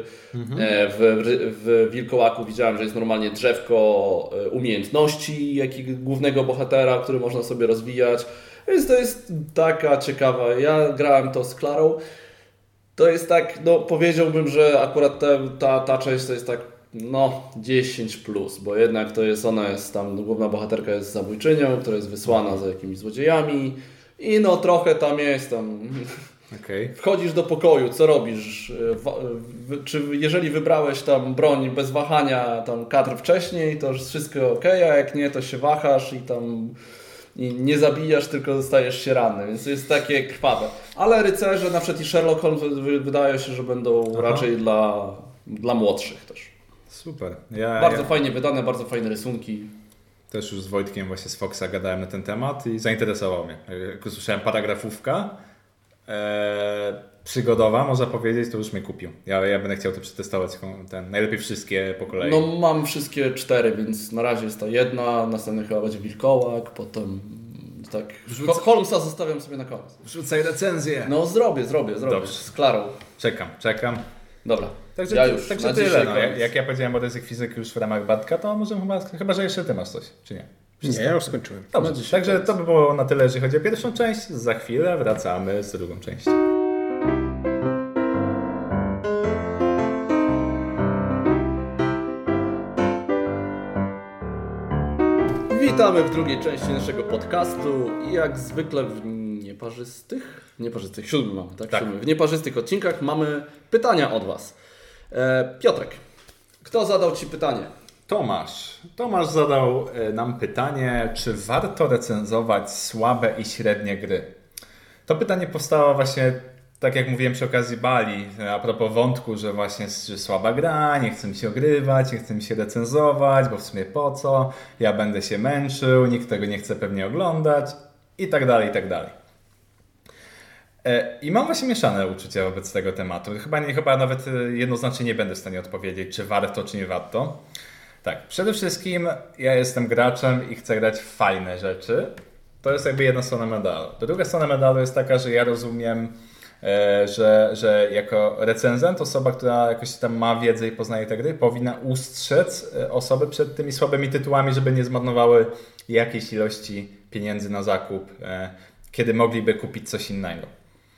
W wilkołaku widziałem, że jest normalnie drzewko umiejętności głównego bohatera, który można sobie rozwijać. Więc to jest taka ciekawa. Ja grałem to z Klarą. To jest tak, no powiedziałbym, że akurat ta część to jest tak 10+, bo jednak ona jest tam, główna bohaterka jest zabójczynią, która jest wysłana za jakimiś złodziejami i trochę tam jest Okay. Wchodzisz do pokoju, co robisz? Czy jeżeli wybrałeś tam broń bez wahania tam kadr wcześniej, to już wszystko ok, a jak nie, to się wahasz i nie zabijasz, tylko zostajesz się ranny, więc to jest takie krwawe. Ale rycerze, na przykład i Sherlock Holmes wydaje się, że będą raczej dla młodszych też. Super. Bardzo fajnie wydane, bardzo fajne rysunki. Też już z Wojtkiem właśnie z Foxa gadałem na ten temat i zainteresował mnie. Jak usłyszałem paragrafówka przygodowa, można powiedzieć, to już mnie kupił. Ja będę chciał to przetestować, najlepiej wszystkie po kolei. No mam wszystkie 4, więc na razie jest ta jedna, następny chyba będzie wilkołak, potem tak. Holmesa zostawiam sobie na koniec. Wrzucaj recenzję. No zrobię. Dobrze. Z Klarą. Czekam. Dobra. Także tyle. Jak ja powiedziałem o ryzyk fizyki już w ramach Bartka, to możemy chyba, że jeszcze ty masz coś, czy nie? Nie, ja już skończyłem. Dobrze, także to by było na tyle, jeżeli chodzi o pierwszą część. Za chwilę wracamy z drugą częścią. Witamy w drugiej części naszego podcastu i jak zwykle w nieparzystych, 7 mamy, tak? W nieparzystych odcinkach mamy pytania od Was. Piotrek, kto zadał Ci pytanie? Tomasz zadał nam pytanie, czy warto recenzować słabe i średnie gry? To pytanie powstało właśnie, tak jak mówiłem przy okazji Bali, a propos wątku, że właśnie że słaba gra, nie chce mi się ogrywać, nie chce mi się recenzować, bo w sumie po co, ja będę się męczył, nikt tego nie chce pewnie oglądać i tak dalej, i tak dalej. I mam właśnie mieszane uczucia wobec tego tematu. Chyba nawet jednoznacznie nie będę w stanie odpowiedzieć, czy warto, czy nie warto. Tak, przede wszystkim ja jestem graczem i chcę grać w fajne rzeczy. To jest jakby jedna strona medalu. Druga strona medalu jest taka, że ja rozumiem, że jako recenzent, osoba, która jakoś tam ma wiedzę i poznaje te gry, powinna ustrzec osoby przed tymi słabymi tytułami, żeby nie zmarnowały jakiejś ilości pieniędzy na zakup, kiedy mogliby kupić coś innego.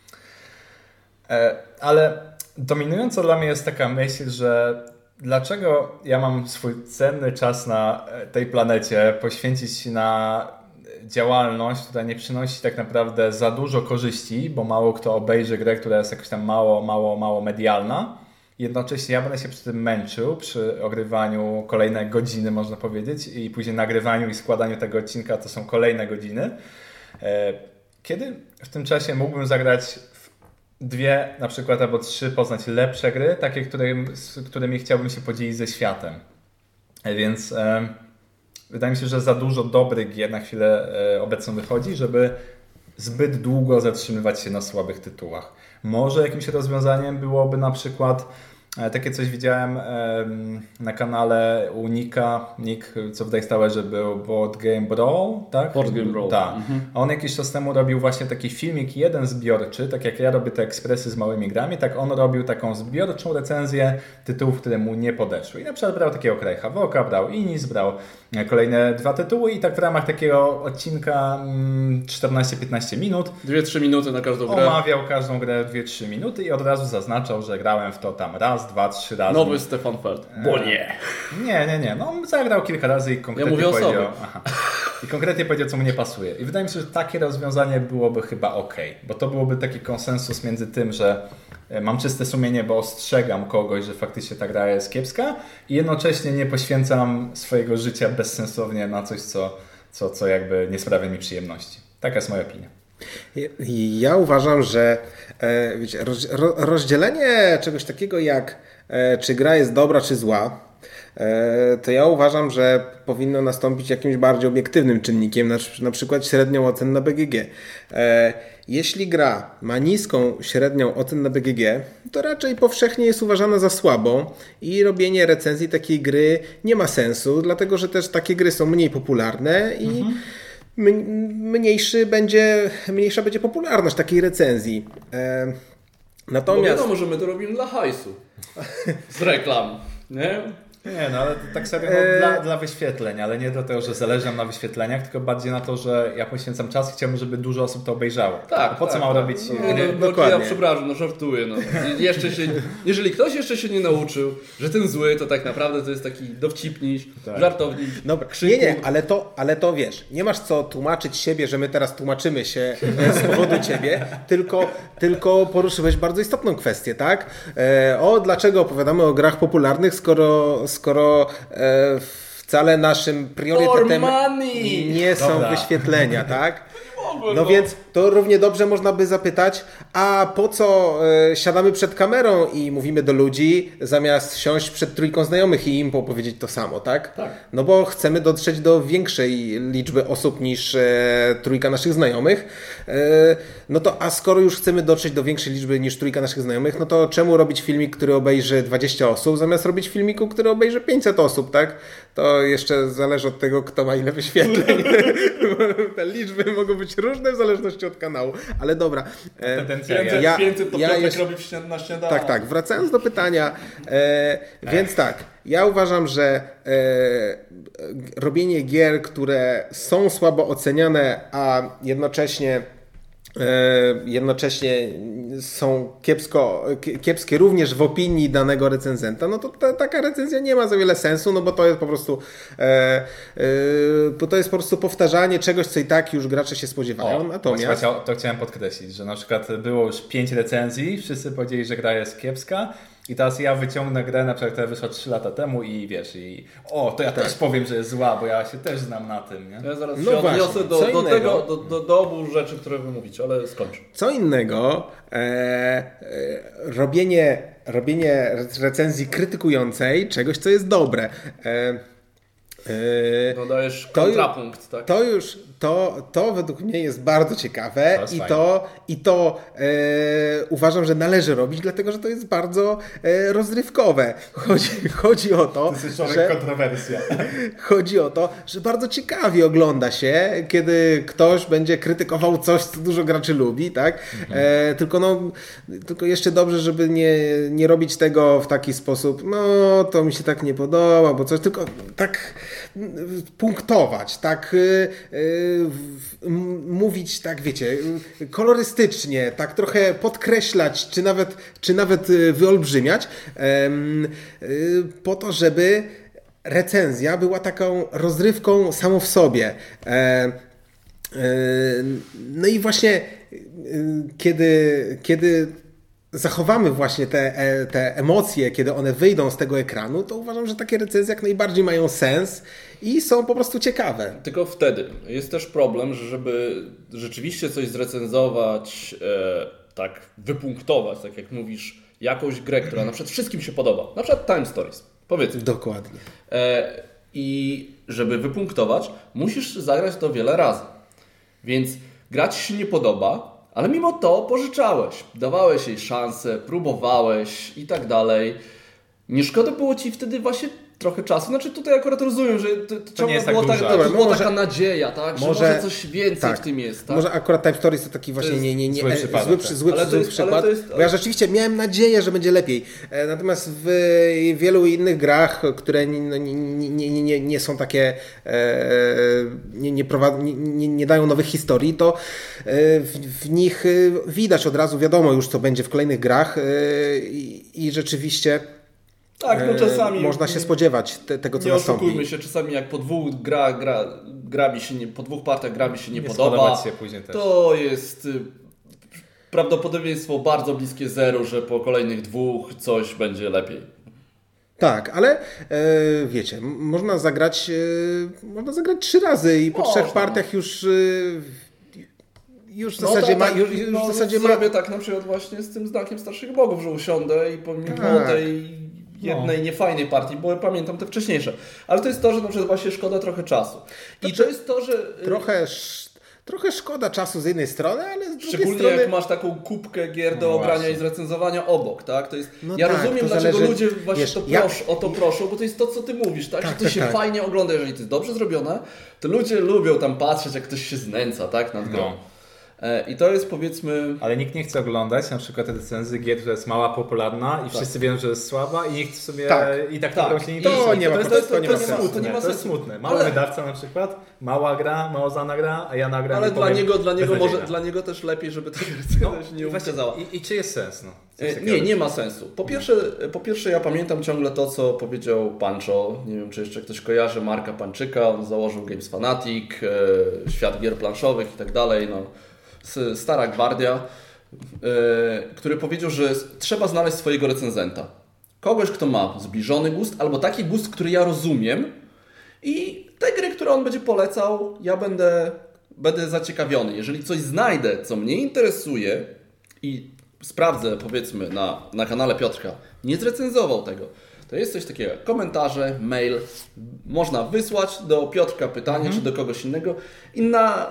Ale dominująca dla mnie jest taka myśl, że dlaczego ja mam swój cenny czas na tej planecie poświęcić na działalność, która nie przynosi tak naprawdę za dużo korzyści, bo mało kto obejrzy grę, która jest jakoś tam mało medialna. Jednocześnie ja będę się przy tym męczył, przy ogrywaniu kolejne godziny, można powiedzieć, i później nagrywaniu i składaniu tego odcinka to są kolejne godziny. Kiedy w tym czasie mógłbym zagrać w 2 na przykład albo 3 poznać lepsze gry, takie, z którymi chciałbym się podzielić ze światem. Więc wydaje mi się, że za dużo dobrych gier na chwilę obecną wychodzi, żeby zbyt długo zatrzymywać się na słabych tytułach. Może jakimś rozwiązaniem byłoby na przykład takie coś widziałem na kanale u Nika, co w Daystowerze był Board Game Brawl, tak? Board Game Brawl. Tak. A on jakiś czas temu robił właśnie taki filmik jeden zbiorczy, tak jak ja robię te ekspresy z małymi grami, tak on robił taką zbiorczą recenzję tytułów, które mu nie podeszły. I na przykład brał takiego Cray Havoca, brał Inis, brał kolejne 2 tytuły i tak w ramach takiego odcinka 14-15 minut 2-3 minuty na każdą grę. Omawiał każdą grę 2-3 minuty i od razu zaznaczał, że grałem w to tam raz, 2, 3 razy. Nowy Stefan Feld. Bo nie. Nie. No on zagrał kilka razy i konkretnie powiedział. I konkretnie powiedział, co mu nie pasuje. I wydaje mi się, że takie rozwiązanie byłoby chyba okej, bo to byłoby taki konsensus między tym, że mam czyste sumienie, bo ostrzegam kogoś, że faktycznie ta gra jest kiepska i jednocześnie nie poświęcam swojego życia bezsensownie na coś, co jakby nie sprawia mi przyjemności. Taka jest moja opinia. Ja uważam, że wiecie, rozdzielenie czegoś takiego jak czy gra jest dobra, czy zła, to ja uważam, że powinno nastąpić jakimś bardziej obiektywnym czynnikiem, na przykład średnią ocen na BGG. Jeśli gra ma niską średnią ocen na BGG, to raczej powszechnie jest uważana za słabą i robienie recenzji takiej gry nie ma sensu, dlatego że też takie gry są mniej popularne i mniejsza będzie popularność takiej recenzji. Natomiast... Bo wiadomo, że my to robimy dla hajsu. Z reklam, nie? Nie, no ale tak serio dla wyświetleń, ale nie dlatego, że zależy nam na wyświetleniach, tylko bardziej na to, że ja poświęcam czas i chciałbym, żeby dużo osób to obejrzało. Tak. Po co mam robić? Dokładnie. Ja przepraszam, żartuję. Jeżeli ktoś jeszcze się nie nauczył, że ten zły to tak naprawdę to jest taki dowcipniś, żartownik. Nie, ale to wiesz, nie masz co tłumaczyć siebie, że my teraz tłumaczymy się z powodu ciebie, tylko poruszyłeś bardzo istotną kwestię, tak? Dlaczego opowiadamy o grach popularnych, skoro wcale naszym priorytetem nie są wyświetlenia, tak? No więc to równie dobrze można by zapytać, a po co siadamy przed kamerą i mówimy do ludzi, zamiast siąść przed trójką znajomych i im opowiedzieć to samo, tak? Tak. No bo chcemy dotrzeć do większej liczby osób niż trójka naszych znajomych. No to a skoro już chcemy dotrzeć do większej liczby niż trójka naszych znajomych, no to czemu robić filmik, który obejrzy 20 osób, zamiast robić filmiku, który obejrzy 500 osób, tak? To jeszcze zależy od tego, kto ma ile wyświetleń. Te liczby mogą być różne w zależności od kanału, ale dobra. 500 to Piotrek robi na śniadanie. Tak, wracając do pytania, więc tak, ja uważam, że robienie gier, które są słabo oceniane, a jednocześnie są kiepskie również w opinii danego recenzenta, no to taka recenzja nie ma za wiele sensu, no bo to jest po prostu powtarzanie czegoś, co i tak już gracze się spodziewają. Natomiast to chciałem podkreślić, że na przykład było już 5 recenzji, wszyscy powiedzieli, że gra jest kiepska. I teraz ja wyciągnę grę, na przykład, która wyszła 3 lata temu i wiesz, to ja też powiem, że jest zła, bo ja się też znam na tym, nie? Ja zaraz się odniosę do obu rzeczy, które wy mówicie, ale skończę. Co innego, robienie recenzji krytykującej czegoś, co jest dobre. Dodajesz kontrapunkt, tak? To według mnie jest bardzo ciekawe i to uważam, że należy robić, dlatego że to jest bardzo rozrywkowe. Chodzi o to, że kontrowersja. Chodzi o to, że bardzo ciekawie ogląda się, kiedy ktoś będzie krytykował coś, co dużo graczy lubi, tak? Tylko jeszcze dobrze, żeby nie robić tego w taki sposób, no to mi się tak nie podoba, bo coś, tylko tak punktować, tak mówić, tak wiecie, kolorystycznie, tak trochę podkreślać, czy nawet wyolbrzymiać, po to, żeby recenzja była taką rozrywką samą w sobie. No i właśnie kiedy zachowamy właśnie te emocje, kiedy one wyjdą z tego ekranu, to uważam, że takie recenzje jak najbardziej mają sens i są po prostu ciekawe. Tylko wtedy jest też problem, że żeby rzeczywiście coś zrecenzować tak wypunktować, tak jak mówisz, jakąś grę, która na przykład wszystkim się podoba, na przykład Time Stories, powiedzmy. Dokładnie. I żeby wypunktować, musisz zagrać to wiele razy. Więc gra Ci się nie podoba, ale mimo to pożyczałeś, dawałeś jej szansę, próbowałeś i tak dalej. Nie szkoda było Ci wtedy właśnie trochę czasu. Znaczy tutaj akurat rozumiem, że to nie jest była taka nadzieja, tak? Że może coś więcej w tym jest. Tak? Może akurat Time Stories to taki właśnie zły przykład. Bo ja rzeczywiście miałem nadzieję, że będzie lepiej. Natomiast w wielu innych grach, które nie są takie, nie dają nowych historii, to w nich widać od razu, wiadomo już co będzie w kolejnych grach i rzeczywiście tak, no czasami można się spodziewać tego, co nastąpi. Nie oszukujmy się, czasami jak po dwóch po dwóch partiach gra mi się nie podoba, się później też. To jest prawdopodobieństwo bardzo bliskie zeru, że po kolejnych dwóch coś będzie lepiej. Tak, ale wiecie, można zagrać 3 razy i po 3 partiach już w zasadzie zrobię tak na przykład właśnie z tym znakiem starszych bogów, że usiądę i pomimo tej jednej niefajnej partii, bo pamiętam te wcześniejsze. Ale to jest to, że na przykład właśnie szkoda trochę czasu. I to jest to, że trochę szkoda czasu z jednej strony, ale z drugiej szczególnie strony... jak masz taką kubkę gier do ogrania i zrecenzowania obok, tak? To jest... rozumiem, dlaczego ludzie właśnie o to proszą, bo to jest to, co ty mówisz, tak? Że to się fajnie ogląda, jeżeli to jest dobrze zrobione, to ludzie lubią tam patrzeć, jak ktoś się znęca, tak? Nad grą. I to jest powiedzmy... Ale nikt nie chce oglądać na przykład recenzji gier, która jest mała, popularna i wszyscy wiedzą, że jest grała i nikt sobie i tak to się nie interesuje. To jest smutne. Mały wydawca na przykład, mała gra, mało znana gra, a ja nagram. Ale dla niego też lepiej, żeby ta recenzja się nie ukazała. I czy jest sens? Nie ma sensu. Po pierwsze ja pamiętam ciągle to, co powiedział Pancho. Nie wiem, czy jeszcze ktoś kojarzy Marka Panczyka. On założył Games Fanatic, świat gier planszowych i tak dalej. Stara gwardia, który powiedział, że trzeba znaleźć swojego recenzenta. Kogoś, kto ma zbliżony gust, albo taki gust, który ja rozumiem i te gry, które on będzie polecał, ja będę zaciekawiony. Jeżeli coś znajdę, co mnie interesuje i sprawdzę, powiedzmy, na kanale Piotrka, nie zrecenzował tego, to jest coś takiego, komentarze, mail, można wysłać do Piotrka pytanie, czy do kogoś innego i na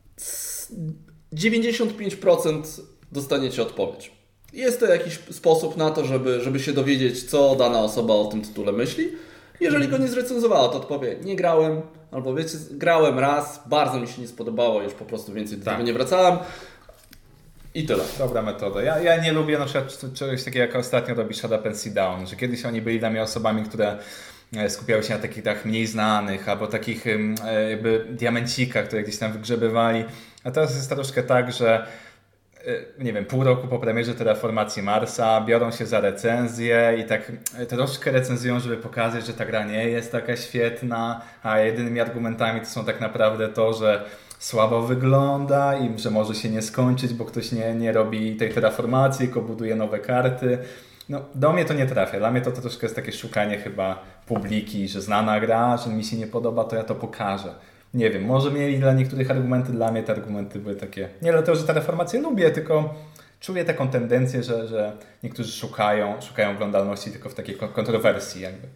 95% dostaniecie odpowiedź. Jest to jakiś sposób na to, żeby się dowiedzieć, co dana osoba o tym tytule myśli. Jeżeli go nie zrecenzowała, to odpowie, nie grałem, albo wiecie, grałem raz, bardzo mi się nie spodobało, już po prostu więcej do tego nie wracałem. I tyle. Dobra metoda. Ja nie lubię na przykład czegoś takiego, jak ostatnio robi Shut Up and Sit Down, że kiedyś oni byli dla mnie osobami, które skupiały się na takich tak mniej znanych, albo takich jakby diamencikach, które gdzieś tam wygrzebywali. A teraz jest troszkę tak, że nie wiem, pół roku po premierze Terraformacji Marsa biorą się za recenzję i tak troszkę recenzują, żeby pokazać, że ta gra nie jest taka świetna, a jedynymi argumentami to są tak naprawdę to, że słabo wygląda i że może się nie skończyć, bo ktoś nie robi tej terraformacji, tylko buduje nowe karty. No, do mnie to nie trafia. Dla mnie to troszkę jest takie szukanie chyba publiki, że znana gra, że mi się nie podoba, to ja to pokażę. Nie wiem, może mieli dla niektórych argumenty, dla mnie te argumenty były takie... Nie dlatego, że terraformację lubię, tylko czuję taką tendencję, że niektórzy szukają oglądalności tylko w takiej kontrowersji jakby.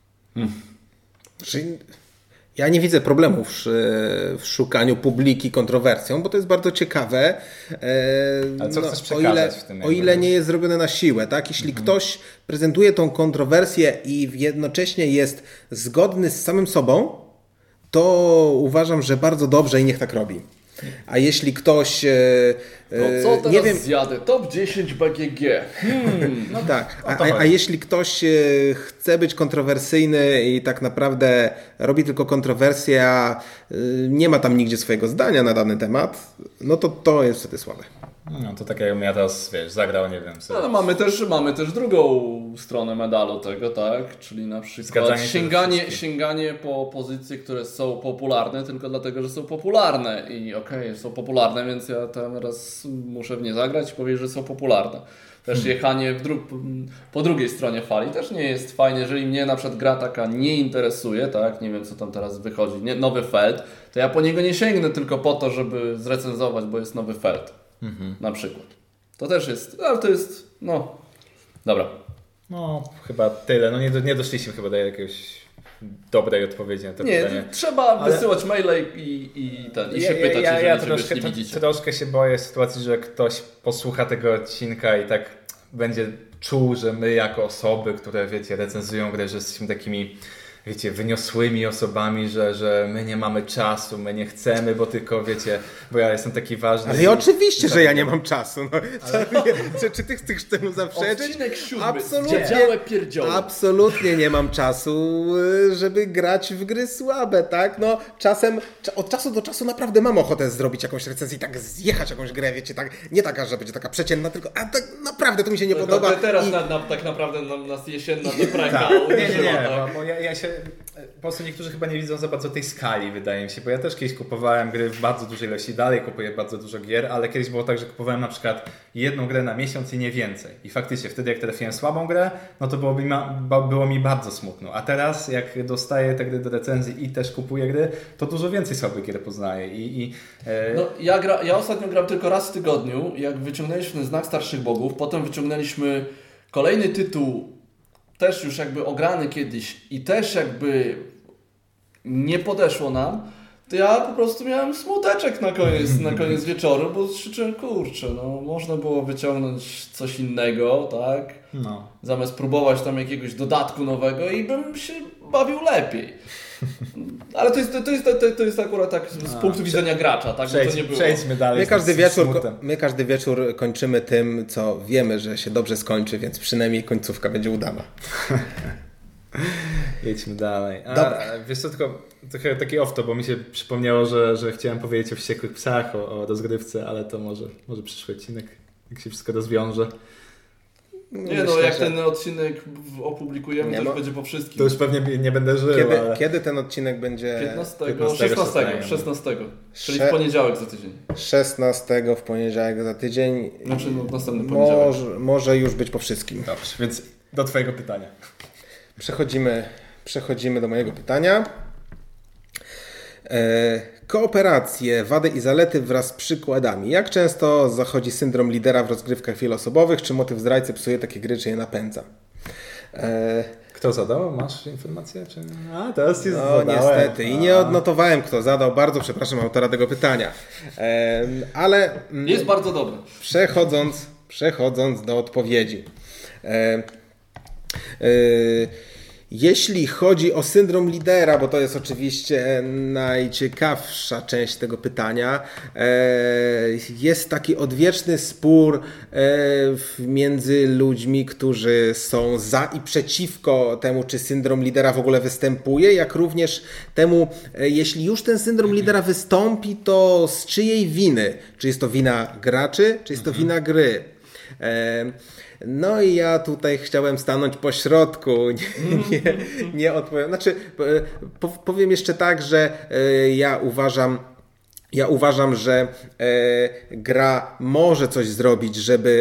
Czyli ja nie widzę problemów w szukaniu publiki kontrowersją, bo to jest bardzo ciekawe. Ale co chcesz przekazać w tym? O ile nie jest zrobione na siłę, tak? Jeśli ktoś prezentuje tą kontrowersję i jednocześnie jest zgodny z samym sobą, to uważam, że bardzo dobrze i niech tak robi. A jeśli ktoś... co teraz nie wiem, zjadę? Top 10 BGG. No tak. A jeśli ktoś chce być kontrowersyjny i tak naprawdę robi tylko kontrowersję, a nie ma tam nigdzie swojego zdania na dany temat, no to jest wtedy słabe. No to tak jakbym ja teraz, zagrał, nie wiem. Ale mamy też drugą stronę medalu tego, tak? Czyli na przykład sięganie po pozycje, które są popularne tylko dlatego, że są popularne. I są popularne, więc ja teraz muszę w nie zagrać i powiedzieć, że są popularne. Też jechanie po drugiej stronie fali też nie jest fajne. Jeżeli mnie na przykład gra taka nie interesuje, tak? Nie wiem, co tam teraz wychodzi, nowy Feld, to ja po niego nie sięgnę tylko po to, żeby zrecenzować, bo jest nowy Feld. Na przykład. To też jest, ale to jest, no, dobra. No, chyba tyle. No nie doszliśmy chyba do jakiegoś dobrej odpowiedzi na to pytanie. Nie, trzeba wysyłać maile i się pytać, jeżeli nie widzicie. Troszkę się boję sytuacji, że ktoś posłucha tego odcinka i tak będzie czuł, że my jako osoby, które, wiecie, recenzują grę, że jesteśmy takimi, wiecie, wyniosłymi osobami, że my nie mamy czasu, my nie chcemy, bo tylko, wiecie, bo ja jestem taki ważny. Ale oczywiście, że ja nie mam czasu. No, czy ty chcesz temu zaprzeczyć? Odcinek 7. Absolutnie nie mam czasu, żeby grać w gry słabe, tak? No, czasem, od czasu do czasu naprawdę mam ochotę zrobić jakąś recenzję i tak zjechać jakąś grę, wiecie, tak, nie taka, że będzie taka przeciętna, tylko a tak naprawdę to mi się nie podoba. Teraz tak naprawdę nas jesienna depreka tak. Nie, bo ja się po prostu niektórzy chyba nie widzą za bardzo tej skali, wydaje mi się, bo ja też kiedyś kupowałem gry w bardzo dużej ilości, dalej kupuję bardzo dużo gier, ale kiedyś było tak, że kupowałem na przykład jedną grę na miesiąc i nie więcej. I faktycznie wtedy jak trafiłem słabą grę, no to było mi bardzo smutno. A teraz jak dostaję te gry do recenzji i też kupuję gry, to dużo więcej słabych gier poznaję. No, ja ostatnio gram tylko raz w tygodniu, jak wyciągnęliśmy Znak Starszych Bogów, potem wyciągnęliśmy kolejny tytuł, też już jakby ograny kiedyś i też jakby nie podeszło nam, to ja po prostu miałem smuteczek na koniec wieczoru, bo krzyczę, kurczę, no można było wyciągnąć coś innego, tak? No. Zamiast próbować tam jakiegoś dodatku nowego i bym się bawił lepiej. Ale to jest akurat tak z punktu widzenia gracza, tak? To nie było. Przejdźmy dalej. My każdy wieczór kończymy tym, co wiemy, że się dobrze skończy, więc przynajmniej końcówka będzie udana. Jedźmy dalej. Dobra. Wiesz co, tylko trochę taki off-top, bo mi się przypomniało, że chciałem powiedzieć o Wściekłych Psach, o rozgrywce, ale to może przyszły odcinek, jak się wszystko rozwiąże. Nie, myślę, jak ten odcinek opublikujemy, to już będzie po wszystkim. To już pewnie nie będę żył. Kiedy ten odcinek będzie? 16. Czyli w poniedziałek za tydzień. 16 w poniedziałek za tydzień. Znaczy następny poniedziałek. Może już być po wszystkim. Dobrze, więc do Twojego pytania. Przechodzimy do mojego pytania. Kooperacje, wady i zalety wraz z przykładami. Jak często zachodzi syndrom lidera w rozgrywkach wieloosobowych? Czy motyw zdrajcy psuje takie gry, czy je napędza? Kto zadał? Masz informację? Czy... teraz ci zadałem. Niestety. I nie odnotowałem, kto zadał. Bardzo przepraszam autora tego pytania. Ale... Jest bardzo dobry. Przechodząc do odpowiedzi. Jeśli chodzi o syndrom lidera, bo to jest oczywiście najciekawsza część tego pytania, jest taki odwieczny spór między ludźmi, którzy są za i przeciwko temu, czy syndrom lidera w ogóle występuje, jak również temu, jeśli już ten syndrom lidera wystąpi, to z czyjej winy? Czy jest to wina graczy, czy jest to wina gry? No i ja tutaj chciałem stanąć po środku, nie odpowiem. Znaczy, powiem jeszcze tak, że ja uważam, że gra może coś zrobić,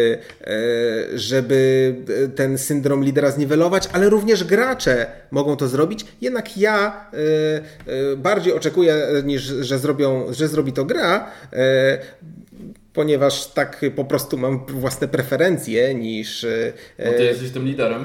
żeby ten syndrom lidera zniwelować, ale również gracze mogą to zrobić. Jednak ja bardziej oczekuję, niż że zrobi to gra, ponieważ tak po prostu mam własne preferencje niż... No ty jesteś tym liderem.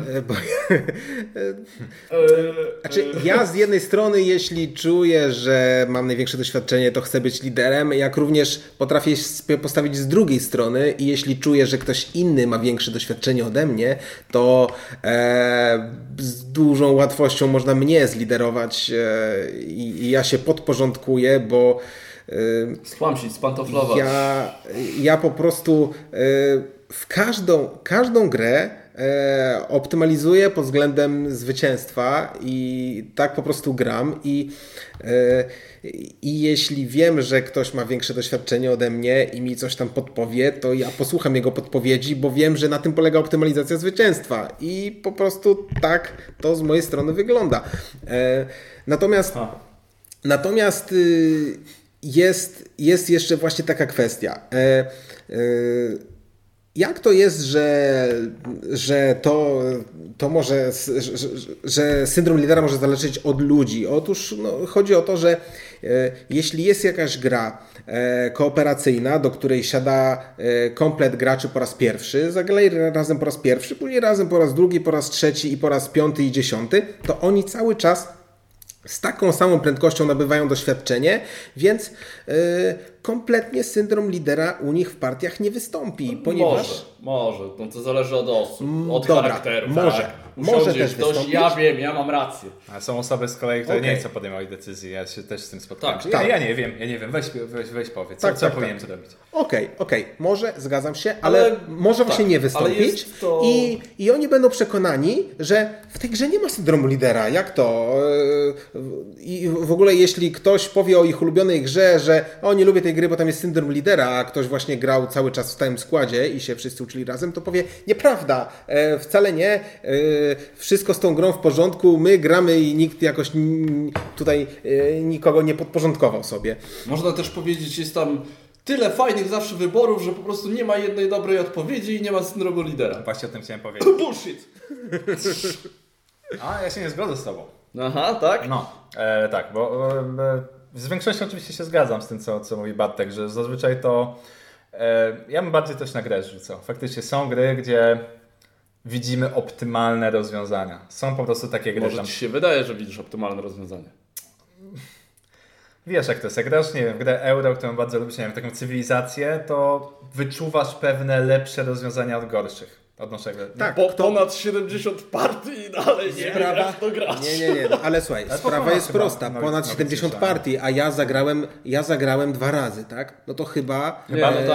Znaczy, ja z jednej strony, jeśli czuję, że mam największe doświadczenie, to chcę być liderem, jak również potrafię postawić z drugiej strony i jeśli czuję, że ktoś inny ma większe doświadczenie ode mnie, to z dużą łatwością można mnie zliderować i ja się podporządkuję, bo spłamsić, spantoflować. Ja po prostu w każdą grę optymalizuję pod względem zwycięstwa i tak po prostu gram i jeśli wiem, że ktoś ma większe doświadczenie ode mnie i mi coś tam podpowie, to ja posłucham jego podpowiedzi, bo wiem, że na tym polega optymalizacja zwycięstwa i po prostu tak to z mojej strony wygląda. Natomiast jest jeszcze właśnie taka kwestia. Jak to jest, że to może, że syndrom lidera może zależeć od ludzi? Otóż chodzi o to, że jeśli jest jakaś gra kooperacyjna, do której siada komplet graczy po raz pierwszy, zagrali razem po raz pierwszy, później razem po raz drugi, po raz trzeci i po raz 5. i 10, to oni cały czas z taką samą prędkością nabywają doświadczenie, więc kompletnie syndrom lidera u nich w partiach nie wystąpi, ponieważ... Może. No to zależy od osób, od dobra, charakteru. Może. Tak? Może też ktoś, wystąpić. Ja wiem, ja mam rację. A są osoby z kolei, które nie chcą podejmować decyzji. Ja się też z tym spotkałem. Tak. Ja nie wiem. Weź powiedz. Co powinienem zrobić? Okej. Może, zgadzam się, ale może właśnie nie wystąpić. To... I oni będą przekonani, że w tej grze nie ma syndromu lidera. Jak to? I w ogóle jeśli ktoś powie o ich ulubionej grze, że nie lubię tej gry, bo tam jest syndrom lidera, a ktoś właśnie grał cały czas w stałym składzie i się wszyscy uczyli razem, to powie nieprawda. Wcale nie. Wszystko z tą grą w porządku. My gramy i nikt jakoś tutaj nikogo nie podporządkował sobie. Można też powiedzieć, jest tam tyle fajnych zawsze wyborów, że po prostu nie ma jednej dobrej odpowiedzi i nie ma syndromu lidera. Właśnie o tym chciałem powiedzieć. Bullshit! A ja się nie zgodzę z tobą. Aha, tak? No, tak, bo z większością oczywiście się zgadzam z tym, co mówi Bartek, że zazwyczaj to ja bym bardziej też na grę rzucał. Faktycznie są gry, gdzie widzimy optymalne rozwiązania. Są po prostu takie gry. Może ci się wydaje, że widzisz optymalne rozwiązanie. Wiesz jak to jest, jak grasz, nie wiem, w grę Euro, którą bardzo lubisz, nie wiem, taką cywilizację, to wyczuwasz pewne lepsze rozwiązania od gorszych. Odnoszę grę. Tak, ponad 70 partii i dalej nie wiem jak to grać. Nie, ale słuchaj, sprawa jest prosta. Ponad 70 partii, a ja zagrałem 2 razy, tak? No to chyba...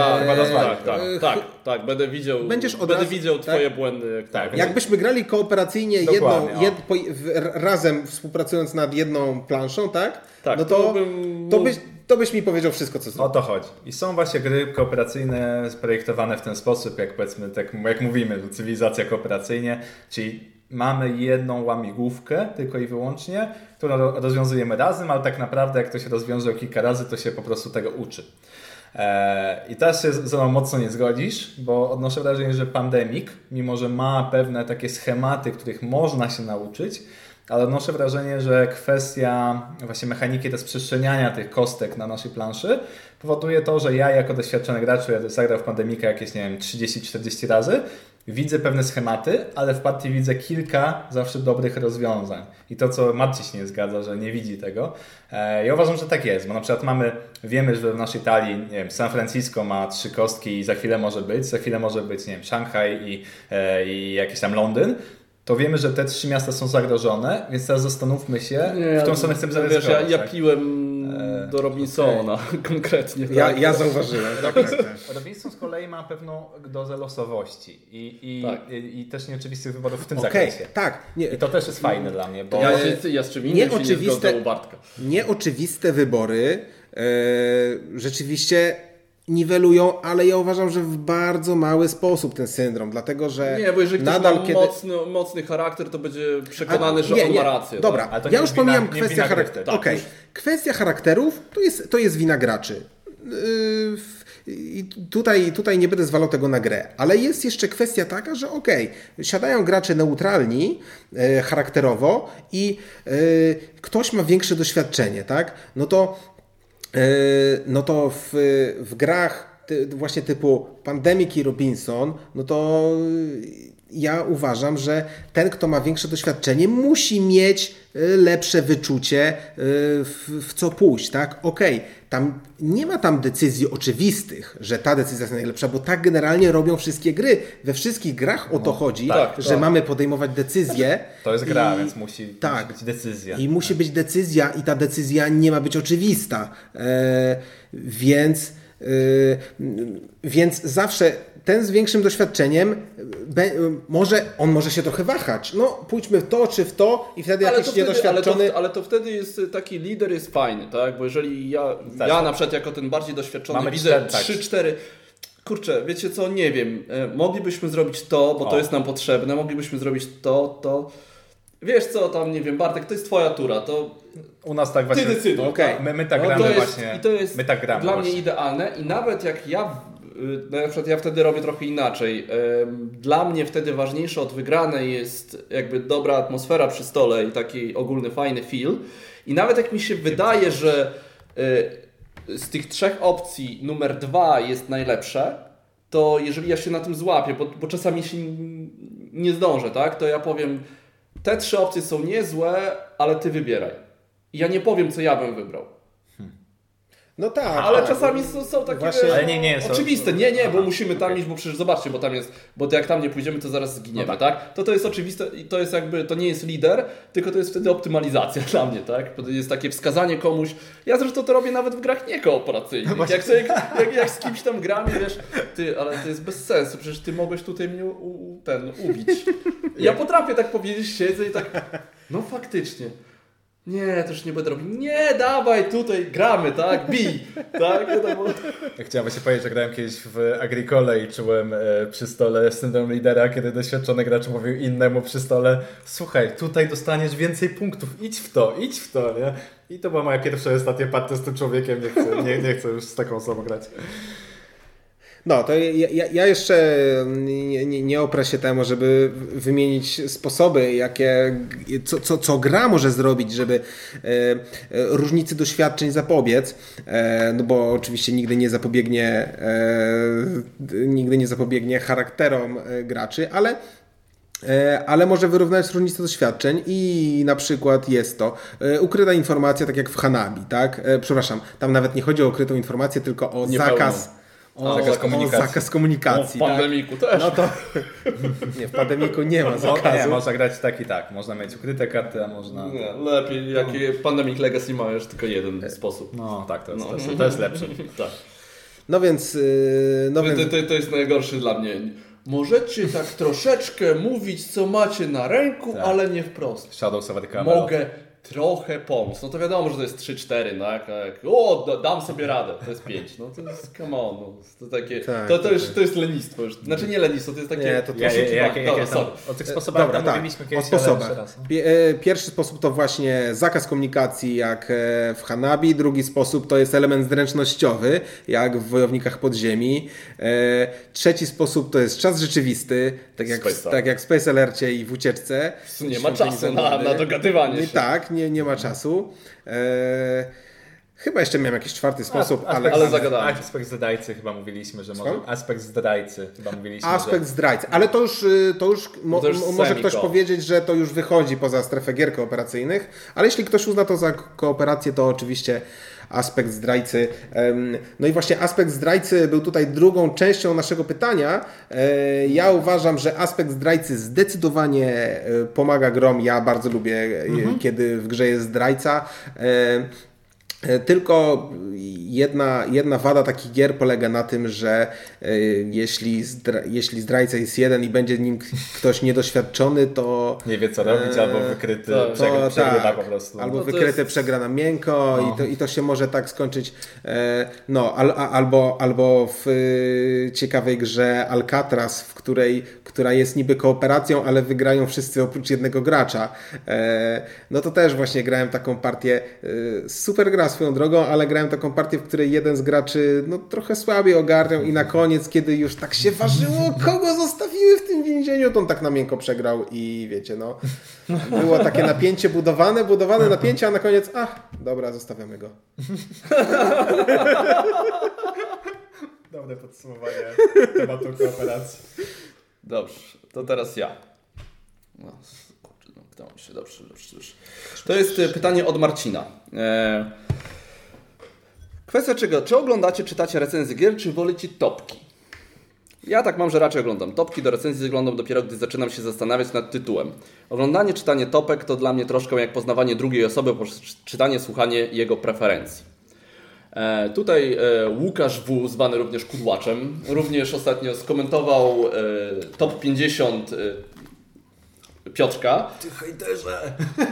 Tak, będę widział, tak? twoje błędy. Jakbyśmy grali kooperacyjnie razem współpracując nad jedną planszą, tak? Tak, no to byś mi powiedział wszystko, co o to chodzi. I są właśnie gry kooperacyjne sprojektowane w ten sposób, jak powiedzmy, tak jak mówimy, cywilizacja kooperacyjnie, czyli mamy jedną łamigłówkę tylko i wyłącznie, którą rozwiązujemy razem, ale tak naprawdę jak to się rozwiąże kilka razy, to się po prostu tego uczy. I też się ze mną mocno nie zgodzisz, bo odnoszę wrażenie, że Pandemic, mimo że ma pewne takie schematy, których można się nauczyć, ale odnoszę wrażenie, że kwestia właśnie mechaniki rozprzestrzeniania tych kostek na naszej planszy powoduje to, że ja jako doświadczony gracz, ja zagrał w Pandemika jakieś, nie wiem, 30-40 razy, widzę pewne schematy, ale w partii widzę kilka zawsze dobrych rozwiązań. I to, co Marcin się nie zgadza, że nie widzi tego. Ja uważam, że tak jest, bo na przykład wiemy, że w naszej talii, nie wiem, San Francisco ma 3 kostki i za chwilę może być, nie wiem, Szanghaj i jakiś tam Londyn. To wiemy, że te 3 miasta są zagrożone, więc teraz zastanówmy się, w którą stronę chcemy zaryzykować. Ja piłem do Robinsona konkretnie. Ja zauważyłem. Robinson z kolei ma pewną dozę losowości i też nieoczywistych wyborów w tym zakresie. Tak. I to też jest fajne dla mnie. Bo ja z czym innym się nie zgodzę u Bartka. Nieoczywiste wybory rzeczywiście niwelują, ale ja uważam, że w bardzo mały sposób ten syndrom, dlatego że nie, bo jeżeli nadal ktoś ma mocny charakter, to będzie przekonany, że on ma rację. Dobra, tak? ja już pomijam kwestię charakteru. Tak, kwestia charakterów to jest wina graczy. I tutaj nie będę zwalał tego na grę, ale jest jeszcze kwestia taka, że siadają gracze neutralni charakterowo i ktoś ma większe doświadczenie, tak? No to w grach właśnie typu Pandemic i Robinson, no to ja uważam, że ten, kto ma większe doświadczenie, musi mieć lepsze wyczucie, w co pójść, tak? Tam nie ma tam decyzji oczywistych, że ta decyzja jest najlepsza, bo tak generalnie robią wszystkie gry. We wszystkich grach o to chodzi, że mamy podejmować decyzje. To jest gra, więc musi być decyzja. I musi być decyzja i ta decyzja nie ma być oczywista. Więc zawsze ten z większym doświadczeniem może się trochę wahać. No, pójdźmy w to czy w to i wtedy jakiś niedoświadczony... Ale to wtedy jest taki lider jest fajny, tak? Bo jeżeli ja na przykład jako ten bardziej doświadczony widzę 3-4... Kurczę, wiecie co, nie wiem, moglibyśmy zrobić to, bo to jest nam potrzebne, moglibyśmy zrobić to... Wiesz co, tam nie wiem, Bartek, to jest twoja tura, to... U nas tak właśnie... Ty decyduj. My tak gramy właśnie. I to jest my tak gramy dla mnie idealne i nawet jak na przykład ja wtedy robię trochę inaczej. Dla mnie wtedy ważniejsze od wygranej jest jakby dobra atmosfera przy stole i taki ogólny fajny feel. I nawet jak mi się wydaje, że z tych 3 opcji numer 2 jest najlepsze, to jeżeli ja się na tym złapię, bo czasami się nie zdążę, tak, to ja powiem, te 3 opcje są niezłe, ale ty wybieraj. I ja nie powiem, co ja bym wybrał. No tak. Ale tak. czasami są takie Właśnie, ale nie, oczywiste. Bo musimy tam iść, bo przecież zobaczcie, bo jak tam nie pójdziemy, to zaraz zginiemy, no tak? To jest oczywiste i to jest jakby, to nie jest lider, tylko to jest wtedy optymalizacja dla mnie, tak? Bo to jest takie wskazanie komuś. Ja zresztą to robię nawet w grach niekooperacyjnych. Jak z kimś tam gram i wiesz, ale to jest bez sensu, przecież ty mogłeś tutaj mnie ubić. Ja potrafię tak powiedzieć, siedzę i tak, no faktycznie. Nie, to już nie będę robił. Nie, dawaj, tutaj gramy, tak? Bij, tak? Ja chciałem właśnie powiedzieć, że grałem kiedyś w Agricole i czułem przy stole syndrom lidera, kiedy doświadczony gracz mówił innemu przy stole: słuchaj, tutaj dostaniesz więcej punktów, idź w to, nie? I to była moja pierwsza i ostatnia partia z tym człowiekiem, nie chcę już z taką osobą grać. No, to ja jeszcze nie oprę się temu, żeby wymienić sposoby, co gra może zrobić, żeby różnicy doświadczeń zapobiec, no bo oczywiście nigdy nie zapobiegnie charakterom graczy, ale może wyrównać różnicę doświadczeń i na przykład jest to ukryta informacja, tak jak w Hanabi, tak? Przepraszam, tam nawet nie chodzi o ukrytą informację, tylko o zakaz komunikacji. No, w Pandemiku też. No to nie, w Pandemiku nie ma zakazu. Nie, można grać tak i tak. Można mieć ukryte karty, a można... Nie, lepiej, Pandemic Legacy ma już tylko jeden sposób. No tak, to jest lepsze. Tak. No więc... To jest najgorszy dla mnie. Możecie tak troszeczkę mówić, co macie na ręku, tak, ale nie wprost. Shadows of the Camelot. Mogę trochę pomóc. No to wiadomo, że to jest 3-4, tak? Dam sobie radę. To jest 5. No to jest, come on. No. To takie, tak, to jest lenistwo już. Znaczy nie lenistwo, to jest takie... Nie, o tych sposobach tam mówiliśmy kiedyś, o sposobach. Raz, no. Pierwszy sposób to właśnie zakaz komunikacji, jak w Hanabi. Drugi sposób to jest element zręcznościowy, jak w Wojownikach Podziemi. Trzeci sposób to jest czas rzeczywisty, tak jak w Space Alercie i w Ucieczce. Nie ma czasu na dogadywanie się. Tak, nie ma czasu. Chyba jeszcze miałem jakiś 4 sposób, ale zagadałem. Aspekt zdrajcy chyba mówiliśmy, że może... Aspekt zdrajcy chyba mówiliśmy, zdrajcy, ale to już może ktoś powiedzieć, że to już wychodzi poza strefę gier kooperacyjnych, ale jeśli ktoś uzna to za kooperację, to oczywiście aspekt zdrajcy. No i właśnie aspekt zdrajcy był tutaj drugą częścią naszego pytania. Ja uważam, że aspekt zdrajcy zdecydowanie pomaga grom. Ja bardzo lubię, kiedy w grze jest zdrajca. Tylko jedna wada takich gier polega na tym, że jeśli zdrajca jest jeden i będzie nim ktoś niedoświadczony, to... Nie wie co robić, albo wykryty przegrywa po prostu. Albo wykryty przegra na miękko i to się może tak skończyć. Albo w ciekawej grze Alcatraz, która jest niby kooperacją, ale wygrają wszyscy oprócz jednego gracza. No to też właśnie grałem taką partię, super gra swoją drogą, ale grałem taką partię, w której jeden z graczy trochę słabiej ogarniał i na koniec, kiedy już tak się ważyło, kogo zostawiły w tym więzieniu, to on tak na miękko przegrał i wiecie, było takie napięcie budowane napięcie, a na koniec, dobra, zostawiamy go. Dobre podsumowanie tematu kooperacji. Dobrze, to teraz ja. Udało mi się, dobrze. To jest pytanie od Marcina. Kwestia czego? Czy oglądacie, czytacie recenzje gier, czy wolicie topki? Ja tak mam, że raczej oglądam topki. Do recenzji zaglądam dopiero, gdy zaczynam się zastanawiać nad tytułem. Oglądanie, czytanie topek to dla mnie troszkę jak poznawanie drugiej osoby poprzez czytanie, słuchanie jego preferencji. Tutaj Łukasz W., zwany również Kudłaczem, również ostatnio skomentował top 50 Piotrka. Ty hejterze!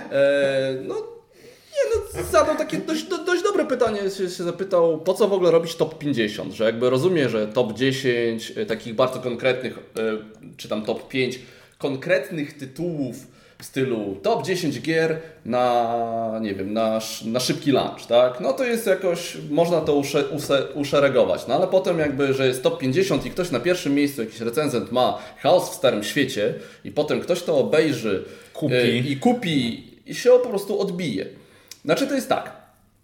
Zadał takie dość dobre pytanie, się zapytał, po co w ogóle robić top 50, że jakby rozumie, że top 10 takich bardzo konkretnych, czy tam top 5 konkretnych tytułów w stylu top 10 gier na, nie wiem, na szybki lunch, tak? No to jest jakoś, można to uszeregować, no ale potem jakby, że jest top 50 i ktoś na pierwszym miejscu, jakiś recenzent ma Chaos w Starym Świecie i potem ktoś to obejrzy, kupi i się po prostu odbije. Znaczy to jest tak,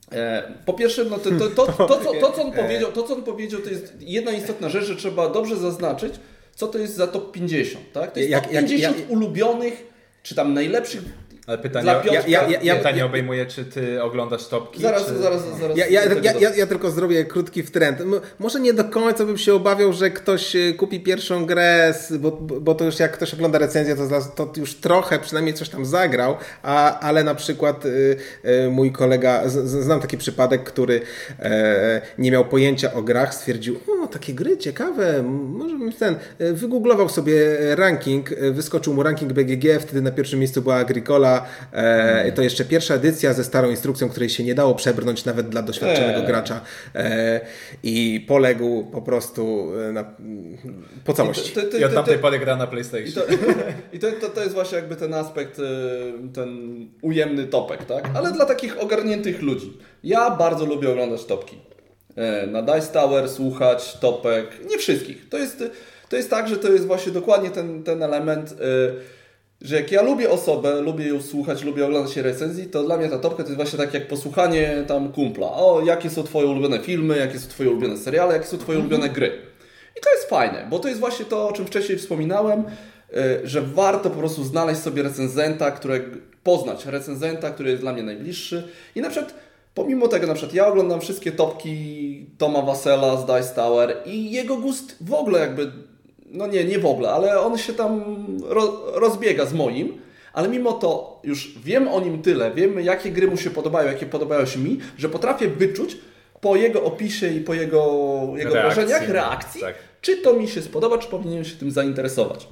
Po pierwsze, no to co on powiedział, to jest jedna istotna rzecz, że trzeba dobrze zaznaczyć, co to jest za top 50, tak? To jest top 50 ulubionych, czy tam najlepszych. Ale pytanie obejmuje, czy ty oglądasz topki? Zaraz. Ja tylko zrobię krótki wtręt. Może nie do końca bym się obawiał, że ktoś kupi pierwszą grę, bo to już jak ktoś ogląda recenzję, to już trochę przynajmniej coś tam zagrał, ale na przykład mój kolega, znam taki przypadek, który nie miał pojęcia o grach, stwierdził, takie gry ciekawe, może bym wygooglował sobie ranking, wyskoczył mu ranking BGG, wtedy na pierwszym miejscu była Agricola. To jeszcze pierwsza edycja ze starą instrukcją, której się nie dało przebrnąć nawet dla doświadczonego gracza i poległ po prostu po całości. I od tamtej pory gra na PlayStation. To jest właśnie jakby ten aspekt, ten ujemny topek, tak? Ale dla takich ogarniętych ludzi. Ja bardzo lubię oglądać topki. Na Dice Tower słuchać topek, nie wszystkich. To jest tak, że to jest właśnie dokładnie ten element, że jak ja lubię osobę, lubię ją słuchać, lubię oglądać jej recenzji, to dla mnie ta topka to jest właśnie tak jak posłuchanie tam kumpla. Jakie są twoje ulubione filmy, jakie są twoje ulubione seriale, jakie są twoje ulubione gry. I to jest fajne, bo to jest właśnie to, o czym wcześniej wspominałem, że warto po prostu znaleźć sobie poznać recenzenta, który jest dla mnie najbliższy. I na przykład, pomimo tego, ja oglądam wszystkie topki Toma Wassela z Dice Tower i jego gust w ogóle jakby, nie w ogóle, ale on się tam rozbiega z moim, ale mimo to już wiem o nim tyle, wiem jakie gry mu się podobają, jakie podobają się mi, że potrafię wyczuć po jego opisie i po jego wrażeniach, reakcji, tak, czy to mi się spodoba, czy powinienem się tym zainteresować.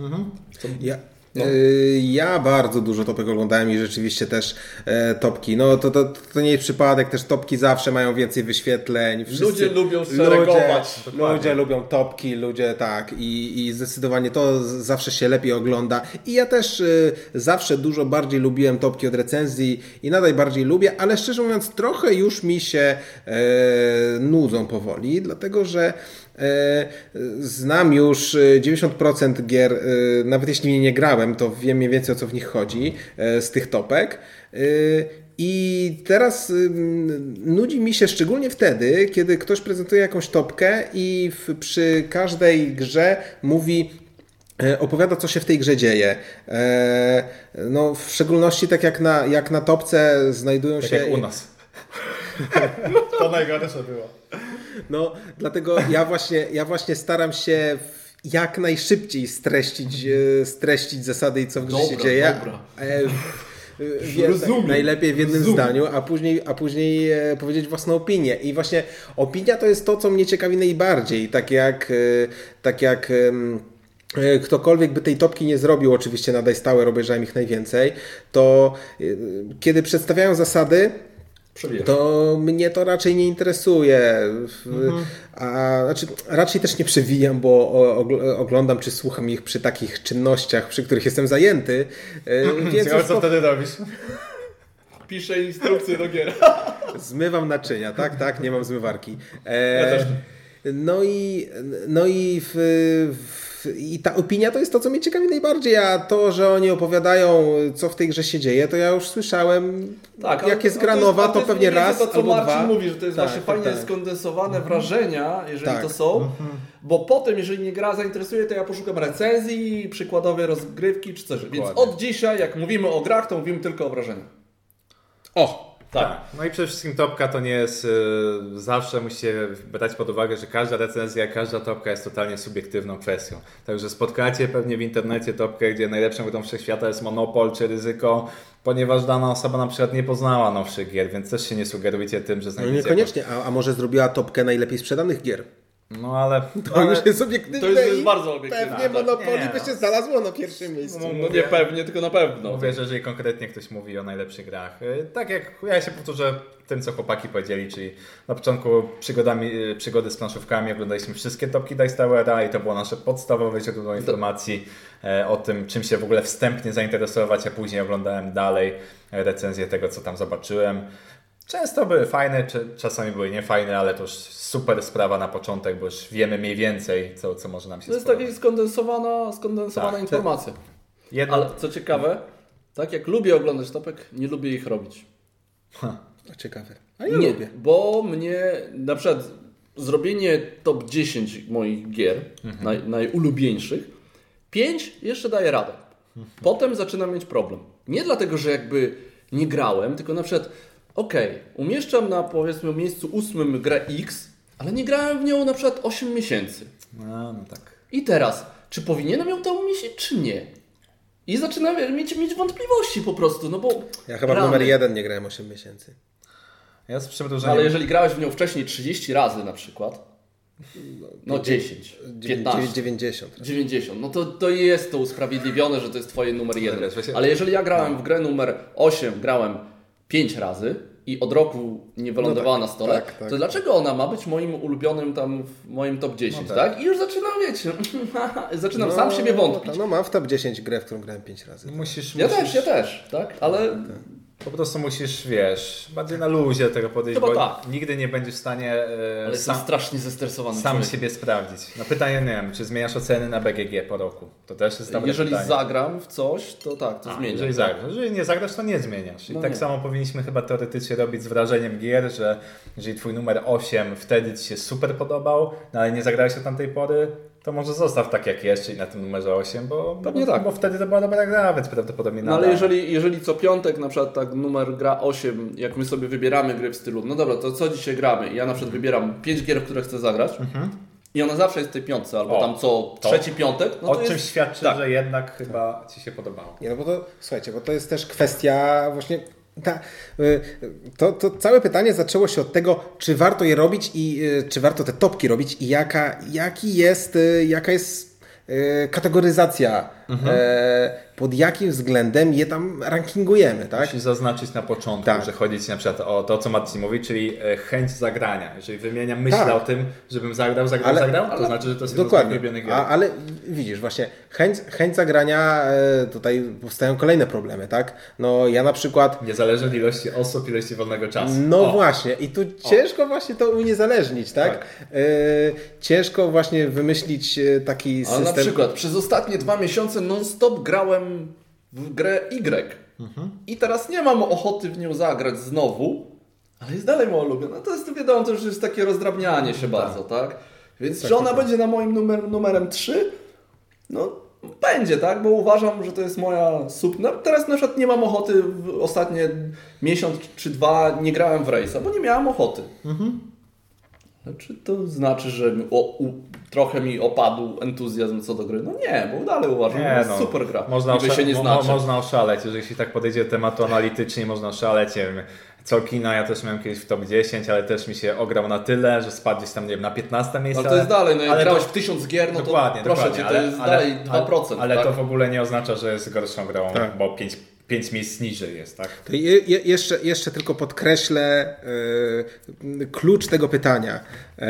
Ja bardzo dużo topek oglądałem i rzeczywiście też topki. To nie jest przypadek, też topki zawsze mają więcej wyświetleń. Ludzie lubią szeregować. Ludzie lubią topki, tak. I zdecydowanie to zawsze się lepiej ogląda. I ja też zawsze dużo bardziej lubiłem topki od recenzji i nadal bardziej lubię, ale szczerze mówiąc trochę już mi się nudzą powoli, dlatego że znam już 90% gier, nawet jeśli nie grałem, to wiem mniej więcej o co w nich chodzi z tych topek. I teraz nudzi mi się szczególnie wtedy, kiedy ktoś prezentuje jakąś topkę i przy każdej grze opowiada, co się w tej grze dzieje. W szczególności tak jak na topce znajdują się... jak u nas. To najgorsze było. Dlatego ja właśnie staram się jak najszybciej streścić zasady i co w grze się dzieje. Najlepiej w jednym zdaniu, a później powiedzieć własną opinię. I właśnie opinia to jest to, co mnie ciekawi najbardziej. Tak jak ktokolwiek by tej topki nie zrobił, oczywiście na Dice Tower obejrzałem ich najwięcej, to kiedy przedstawiają zasady, to mnie to raczej nie interesuje. Raczej też nie przewijam, bo oglądam czy słucham ich przy takich czynnościach, przy których jestem zajęty. Więc co wtedy robisz? Piszę instrukcje do gier. Zmywam naczynia, tak, nie mam zmywarki. Ja też. I ta opinia to jest to, co mnie ciekawi najbardziej, a to, że oni opowiadają, co w tej grze się dzieje, to ja już słyszałem, jak jest gra nowa, to pewnie raz to, co albo Marcin dwa. mówi, że to jest właśnie fajnie skondensowane wrażenia, jeżeli to są, bo potem, jeżeli mnie gra zainteresuje, to ja poszukam recenzji, przykładowej rozgrywki czy coś. Więc od dzisiaj, jak mówimy o grach, to mówimy tylko o wrażeniach. Tak. No i przede wszystkim topka to nie jest, zawsze musicie brać pod uwagę, że każda recenzja, każda topka jest totalnie subiektywną kwestią. Także spotkacie pewnie w internecie topkę, gdzie najlepszą grą wszechświata jest Monopol czy Ryzyko, ponieważ dana osoba na przykład nie poznała nowszych gier, więc też się nie sugerujcie tym, że znajdziecie... niekoniecznie, a może zrobiła topkę najlepiej sprzedanych gier. Ale już jest obiektywne. To jest bardzo obiektywne. Pewnie Monopoly by się znalazło na pierwszym miejscu. Nie pewnie, tylko na pewno. Mówię, że jeżeli konkretnie ktoś mówi o najlepszych grach. Tak jak ja się powtórzę tym, co chłopaki powiedzieli, czyli na początku przygody z planszówkami oglądaliśmy wszystkie topki Dice Towera i to było nasze podstawowe źródło informacji o tym, czym się w ogóle wstępnie zainteresować, a później oglądałem dalej recenzję tego, co tam zobaczyłem. Często były fajne, czasami były niefajne, ale to już super sprawa na początek, bo już wiemy mniej więcej, co może nam się spodobać. To jest taka skondensowana informacja. Ale co ciekawe, tak jak lubię oglądać topek, nie lubię ich robić. Ciekawe. A ja lubię. Bo mnie na przykład zrobienie top 10 moich gier, najulubieńszych, 5 jeszcze daje radę. Potem zaczynam mieć problem. Nie dlatego, że jakby nie grałem, tylko na przykład umieszczam na powiedzmy miejscu 8 grę X, ale nie grałem w nią na przykład 8 miesięcy. No tak. I teraz, czy powinienem ją tam umieścić, czy nie? I zaczynam mieć wątpliwości po prostu, no bo... Ja chyba w numer 1 nie grałem 8 miesięcy. Ja z przymrużeniem... Ale jeżeli grałeś w nią wcześniej 30 razy na przykład, 10, 15, 90, no to jest to usprawiedliwione, że to jest twoje numer 1. Ale jeżeli ja grałem w grę numer 8, grałem 5 razy i od roku nie wylądowała na stole, to dlaczego ona ma być moim ulubionym tam w moim top 10, tak? I już zaczynam, zaczynam sam siebie wątpić. Mam w top 10 grę, w którą grałem 5 razy. Ja też, tak? Ale... Po prostu musisz, bardziej na luzie tego podejść, bo nigdy nie będziesz w stanie ale jestem strasznie zestresowany sam siebie sprawdzić. No pytanie, nie wiem, czy zmieniasz oceny na BGG po roku? To też jest dobre Jeżeli pytanie. zagram w coś, to zmienię. Jeżeli zagrasz. Jeżeli nie zagrasz, to nie zmieniasz. I tak samo powinniśmy chyba teoretycznie robić z wrażeniem gier, że jeżeli twój numer 8 wtedy ci się super podobał, no ale nie zagrałeś od tamtej pory, to może zostaw tak jak jest, czyli na tym numerze 8, bo wtedy to była dobra gra, więc prawdopodobnie ale jeżeli co piątek na przykład tak numer gra 8, jak my sobie wybieramy gry w stylu, no dobra, to co dzisiaj gramy? I ja na przykład wybieram 5 gier, w które chcę zagrać i ona zawsze jest w tej piątce, albo tam co trzeci piątek. No o czym świadczy, że jednak chyba ci się podobało. Nie, no bo to, słuchajcie, bo to jest też kwestia właśnie... To całe pytanie zaczęło się od tego, czy warto je robić i czy warto te topki robić i jaka jest kategoryzacja, pod jakim względem je tam rankingujemy, tak? Musisz zaznaczyć na początku, że chodzi ci na przykład o to, co Marcin mówi, czyli chęć zagrania. Jeżeli wymieniam myśl o tym, żebym zagrał, to znaczy, że to jest dokładnie. ulubiony gier. Ale widzisz, właśnie chęć zagrania, tutaj powstają kolejne problemy, tak? No ja na przykład... Niezależnie od ilości osób, ilości wolnego czasu. No właśnie i tu ciężko właśnie to uniezależnić, tak? Ciężko właśnie wymyślić taki system... Ale na przykład przez ostatnie 2 miesiące non-stop grałem w grę Y. I teraz nie mam ochoty w nią zagrać znowu, ale jest dalej moja ulubiona. To jest, wiadomo, to już jest takie rozdrabnianie się bardzo, tak? Więc czy ona będzie na moim numerem 3? No będzie, tak? Bo uważam, że to jest moja super. Teraz na przykład nie mam ochoty, w ostatnie miesiąc czy 2 nie grałem w Race'a, bo nie miałem ochoty. Czy to znaczy, że trochę mi opadł entuzjazm co do gry? No nie, bo dalej uważam, że to jest super gra. Można oszaleć, jeżeli się tak podejdzie do tematu analitycznie, można oszaleć. Colkina ja też miałem kiedyś w top 10, ale też mi się ograł na tyle, że spadł gdzieś tam, nie wiem, na 15 miejsce. Ale to jest dalej, jak grałeś w 1000 gier, no dokładnie, to proszę Cię, to jest dalej 2%. Ale to w ogóle nie oznacza, że jest gorszą grą, bo 5 miejsc niżej jest, tak? To jeszcze tylko podkreślę klucz tego pytania.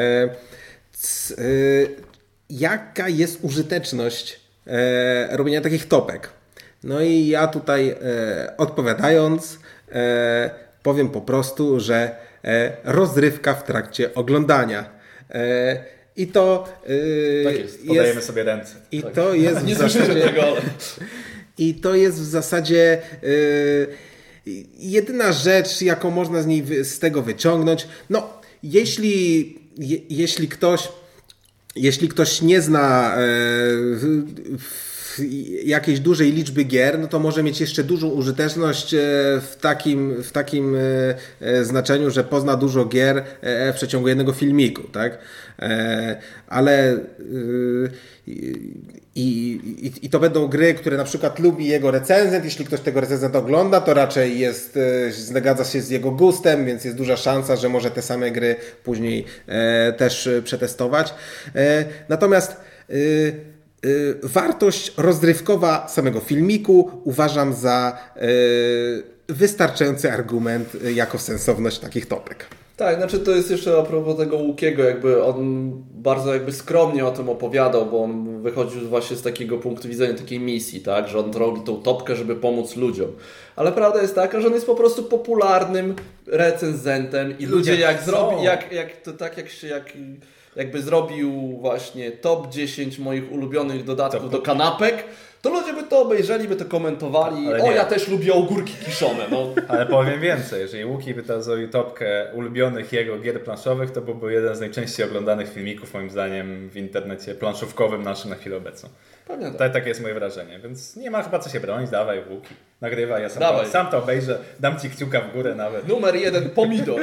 Jaka jest użyteczność robienia takich topek? No i ja tutaj odpowiadając powiem po prostu, że rozrywka w trakcie oglądania. I to tak jest, podajemy sobie ręce. I to jest nie słyszymy tego, ale... I to jest w zasadzie jedyna rzecz, jaką można z tego wyciągnąć. No, jeśli ktoś nie zna jakiejś dużej liczby gier, no to może mieć jeszcze dużą użyteczność w takim znaczeniu, że pozna dużo gier w przeciągu jednego filmiku, tak? Ale i to będą gry, które na przykład lubi jego recenzent. Jeśli ktoś tego recenzenta ogląda, to raczej zgadza się z jego gustem, więc jest duża szansa, że może te same gry później też przetestować. Natomiast wartość rozrywkowa samego filmiku uważam za wystarczający argument jako sensowność takich topek. Tak, znaczy to jest jeszcze a propos tego Łukiego, jakby on bardzo skromnie o tym opowiadał, bo on wychodził właśnie z takiego punktu widzenia, takiej misji, tak, że on robi tą topkę, żeby pomóc ludziom. Ale prawda jest taka, że on jest po prostu popularnym recenzentem i ludzie jak zrobi, jakby zrobił właśnie top 10 moich ulubionych dodatków do kanapek, to ludzie by to obejrzeli, by to komentowali. Ja też lubię ogórki kiszone. No. Ale powiem więcej, jeżeli Łuki by to zrobił topkę ulubionych jego gier planszowych, to byłby jeden z najczęściej oglądanych filmików, moim zdaniem, w internecie planszówkowym naszym na chwilę obecną. Pewnie tak. Takie jest moje wrażenie, więc nie ma chyba co się bronić. Dawaj, Łuki. Nagrywaj, ja sam to obejrzę, dam ci kciuka w górę nawet. Numer 1, pomidor.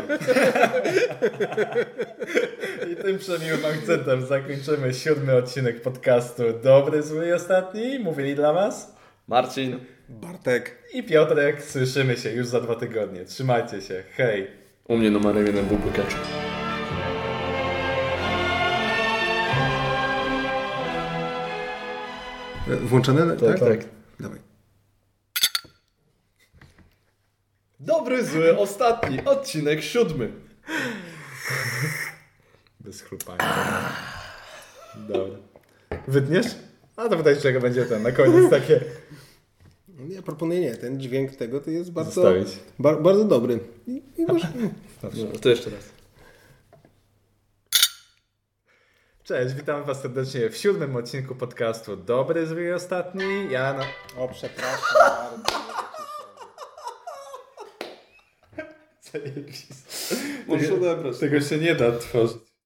I tym przemiłym akcentem zakończymy 7. odcinek podcastu Dobry, Zły i Ostatni. Mówili dla Was Marcin, Bartek i Piotrek. Słyszymy się już za 2 tygodnie. Trzymajcie się. Hej. U mnie numerem 1 byłby ketchup. Włączone? Tak. Dawaj. Dobry, zły, ostatni, odcinek 7. Bez chlupania. Dobra. Wytniesz? A to pytaj, czego będzie ten na koniec takie. Ja proponuję nie. Ten dźwięk tego to jest bardzo, Zostawić. Bardzo dobry. I może... To jeszcze raz. Cześć, witam Was serdecznie w 7. odcinku podcastu Dobry, Zły i Ostatni. O, przepraszam bardzo. Muszę odebrać. Tego się nie da tworzyć.